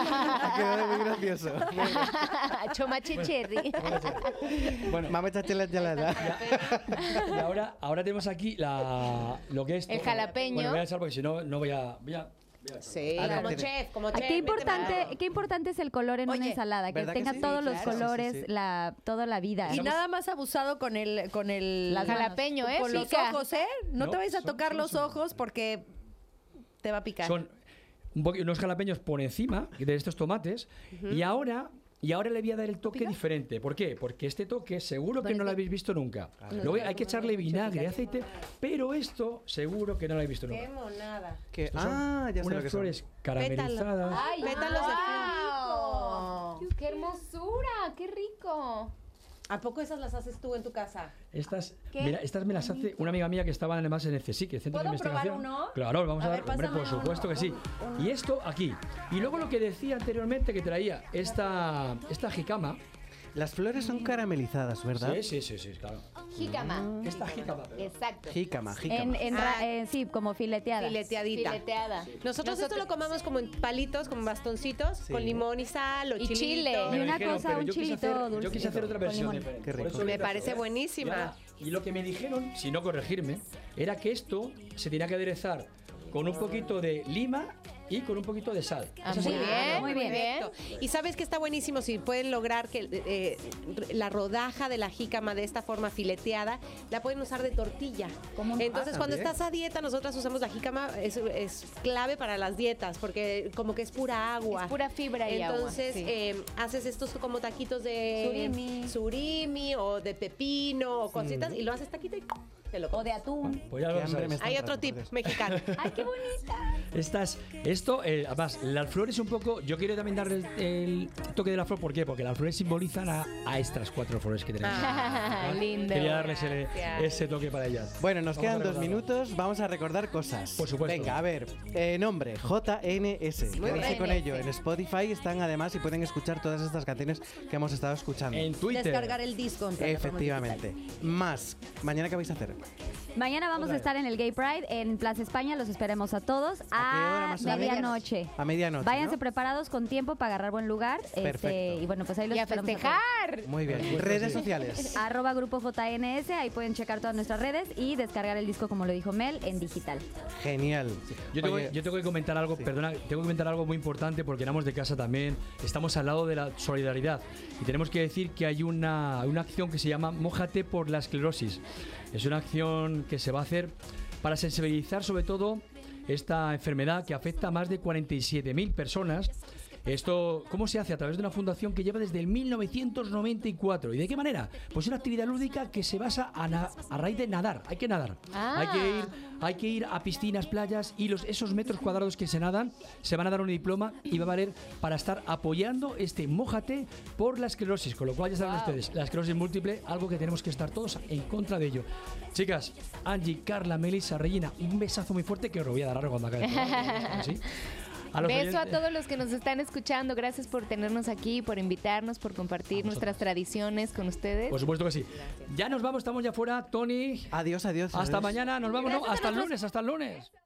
Ha quedado muy gracioso. Chomache cherry. Bueno, Vamos a echarte la ensalada. y ahora, ahora tenemos aquí la, lo que es... El todo. jalapeño. Bueno, voy a echar porque si no, no voy a... Voy a voy a- Sí, Ah, no, como tiene- chef, como Ah, chef. Qué méteme importante, algo. qué importante es el color en una Oye, ensalada, que ¿verdad que tenga sí? todos Sí, los claro. Sí, sí, colores, sí. la, toda la vida. Y Estamos- nada más abusado con el con el Las manos. Jalapeño, ¿eh? con los Pica. ojos, ¿eh? No, No, te vayas a son- tocar son- los son- ojos porque te va a picar. Son un poqu- unos jalapeños por encima de estos tomates. Y ahora... Y ahora le voy a dar el toque diferente. ¿Por qué? Porque este toque seguro que no lo habéis visto nunca. Lo voy- hay que echarle vinagre, aceite, pero esto seguro que no lo habéis visto Qué nunca. monada. Que- Estos son ah, ya sé lo unas que son. flores caramelizadas. ¡Ay, Pétalos de wow! ¡Qué hermosura! ¡Qué rico! ¿A poco esas las haces tú en tu casa? Estas, Qué mira, estas me las hace una amiga mía que estaba además en el CSIC, el Centro de ¿Puedo probar Investigación. uno? Claro, vamos a, A dar, ver, hombre, por pásame supuesto uno. que sí. Y esto aquí. Y luego lo que decía anteriormente que traía esta, esta jicama. Las flores son caramelizadas, ¿verdad? Sí, sí, sí, sí, claro. Jícama. Esta jicama. perdón. Exacto. Jícama, jícama. En, en ra- Ah. eh, sí, como fileteada. Fileteadita. Fileteada. Nosotros, esto lo comamos como en palitos, como bastoncitos, Sí. con limón y sal o Y chilito. chile. Y Me lo una dijeron, cosa, pero un yo quise chilito hacer- Yo dulce. quise hacer otra Con versión limón. diferente. Qué Por rico. eso Me le he parece traído. buenísima. Y ahora- Y lo que me dijeron, si no corregirme, era que esto se tenía que aderezar con un poquito de lima y con un poquito de sal. Ah, Esa muy sería- bien, muy bien. Perfecto. Y sabes que está buenísimo si pueden lograr que eh, la rodaja de la jícama de esta forma fileteada la pueden usar de tortilla. Entonces, Ah, cuando también. estás a dieta, nosotras usamos la jícama, es, es clave para las dietas porque como que es pura agua. Es pura fibra y agua. Entonces, Sí. eh, haces estos como taquitos de Surimi. surimi o de pepino o cositas y lo haces taquito y te lo O de atún. Pues ya Qué lo hambre sabes. me está Hay otro entrando, tip por Dios. mexicano. ¡Ay, qué bonita! Estas, esto, eh, además, las flores un poco, yo quiero también darle el, el toque de la flor, ¿por qué? Porque las flores simbolizan a, a estas cuatro flores que tenemos. Ah, lindo. Quería darles ese, Gracias. ese toque para ellas. Bueno, nos Vamos quedan a dos recordarlo. minutos, vamos a recordar cosas. Por supuesto. Venga, a ver, eh, nombre, J N S. Muy Quédense bien. con ello. En Spotify están además y pueden escuchar todas estas canciones que hemos estado escuchando. En Twitter. Descargar el disco en plataformas Efectivamente. Más. Mañana, ¿qué vais a hacer? Mañana vamos a estar en el Gay Pride en Plaza España, los esperemos a todos. A ¿A qué hora más o menos? medianoche. A medianoche, Váyanse ¿no? preparados con tiempo para agarrar buen lugar. Perfecto. Este, y bueno, pues ahí los Y a esperamos festejar. Muy bien. Redes sociales. Arroba Grupo J N S, ahí pueden checar todas nuestras redes y descargar el disco, como lo dijo Mel, en digital. Genial. Yo tengo, Oye, yo tengo que comentar algo, perdona, tengo que comentar algo muy importante porque en Amos de Casa también estamos al lado de la solidaridad y tenemos que decir que hay una, una acción que se llama Mójate por la esclerosis. Es una acción que se va a hacer para sensibilizar sobre todo esta enfermedad que afecta a más de cuarenta y siete mil personas. Esto, ¿cómo se hace? A través de una fundación que lleva desde el mil novecientos noventa y cuatro. ¿Y de qué manera? Pues una actividad lúdica que se basa a, na- a raíz de nadar. Hay que nadar. Ah. Hay que ir, hay que ir a piscinas, playas y los, esos metros cuadrados que se nadan se van a dar un diploma y va a valer para estar apoyando este Mójate por la esclerosis. Con lo cual ya saben ustedes, la esclerosis múltiple, algo que tenemos que estar todos en contra de ello. Chicas, Angie, Carla, Melissa, Regina, un besazo muy fuerte que os lo voy a dar ahora cuando acabe todo. ¿Sí? A los Beso a oyentes- todos los que nos están escuchando. Gracias por tenernos aquí, por invitarnos, por compartir nuestras tradiciones con ustedes. Por supuesto que sí. Ya nos vamos, estamos ya fuera. Tony. Adiós, adiós. Hasta adiós. mañana, nos vamos, ¿no? Gracias a Hasta el nuestros- lunes, hasta el lunes.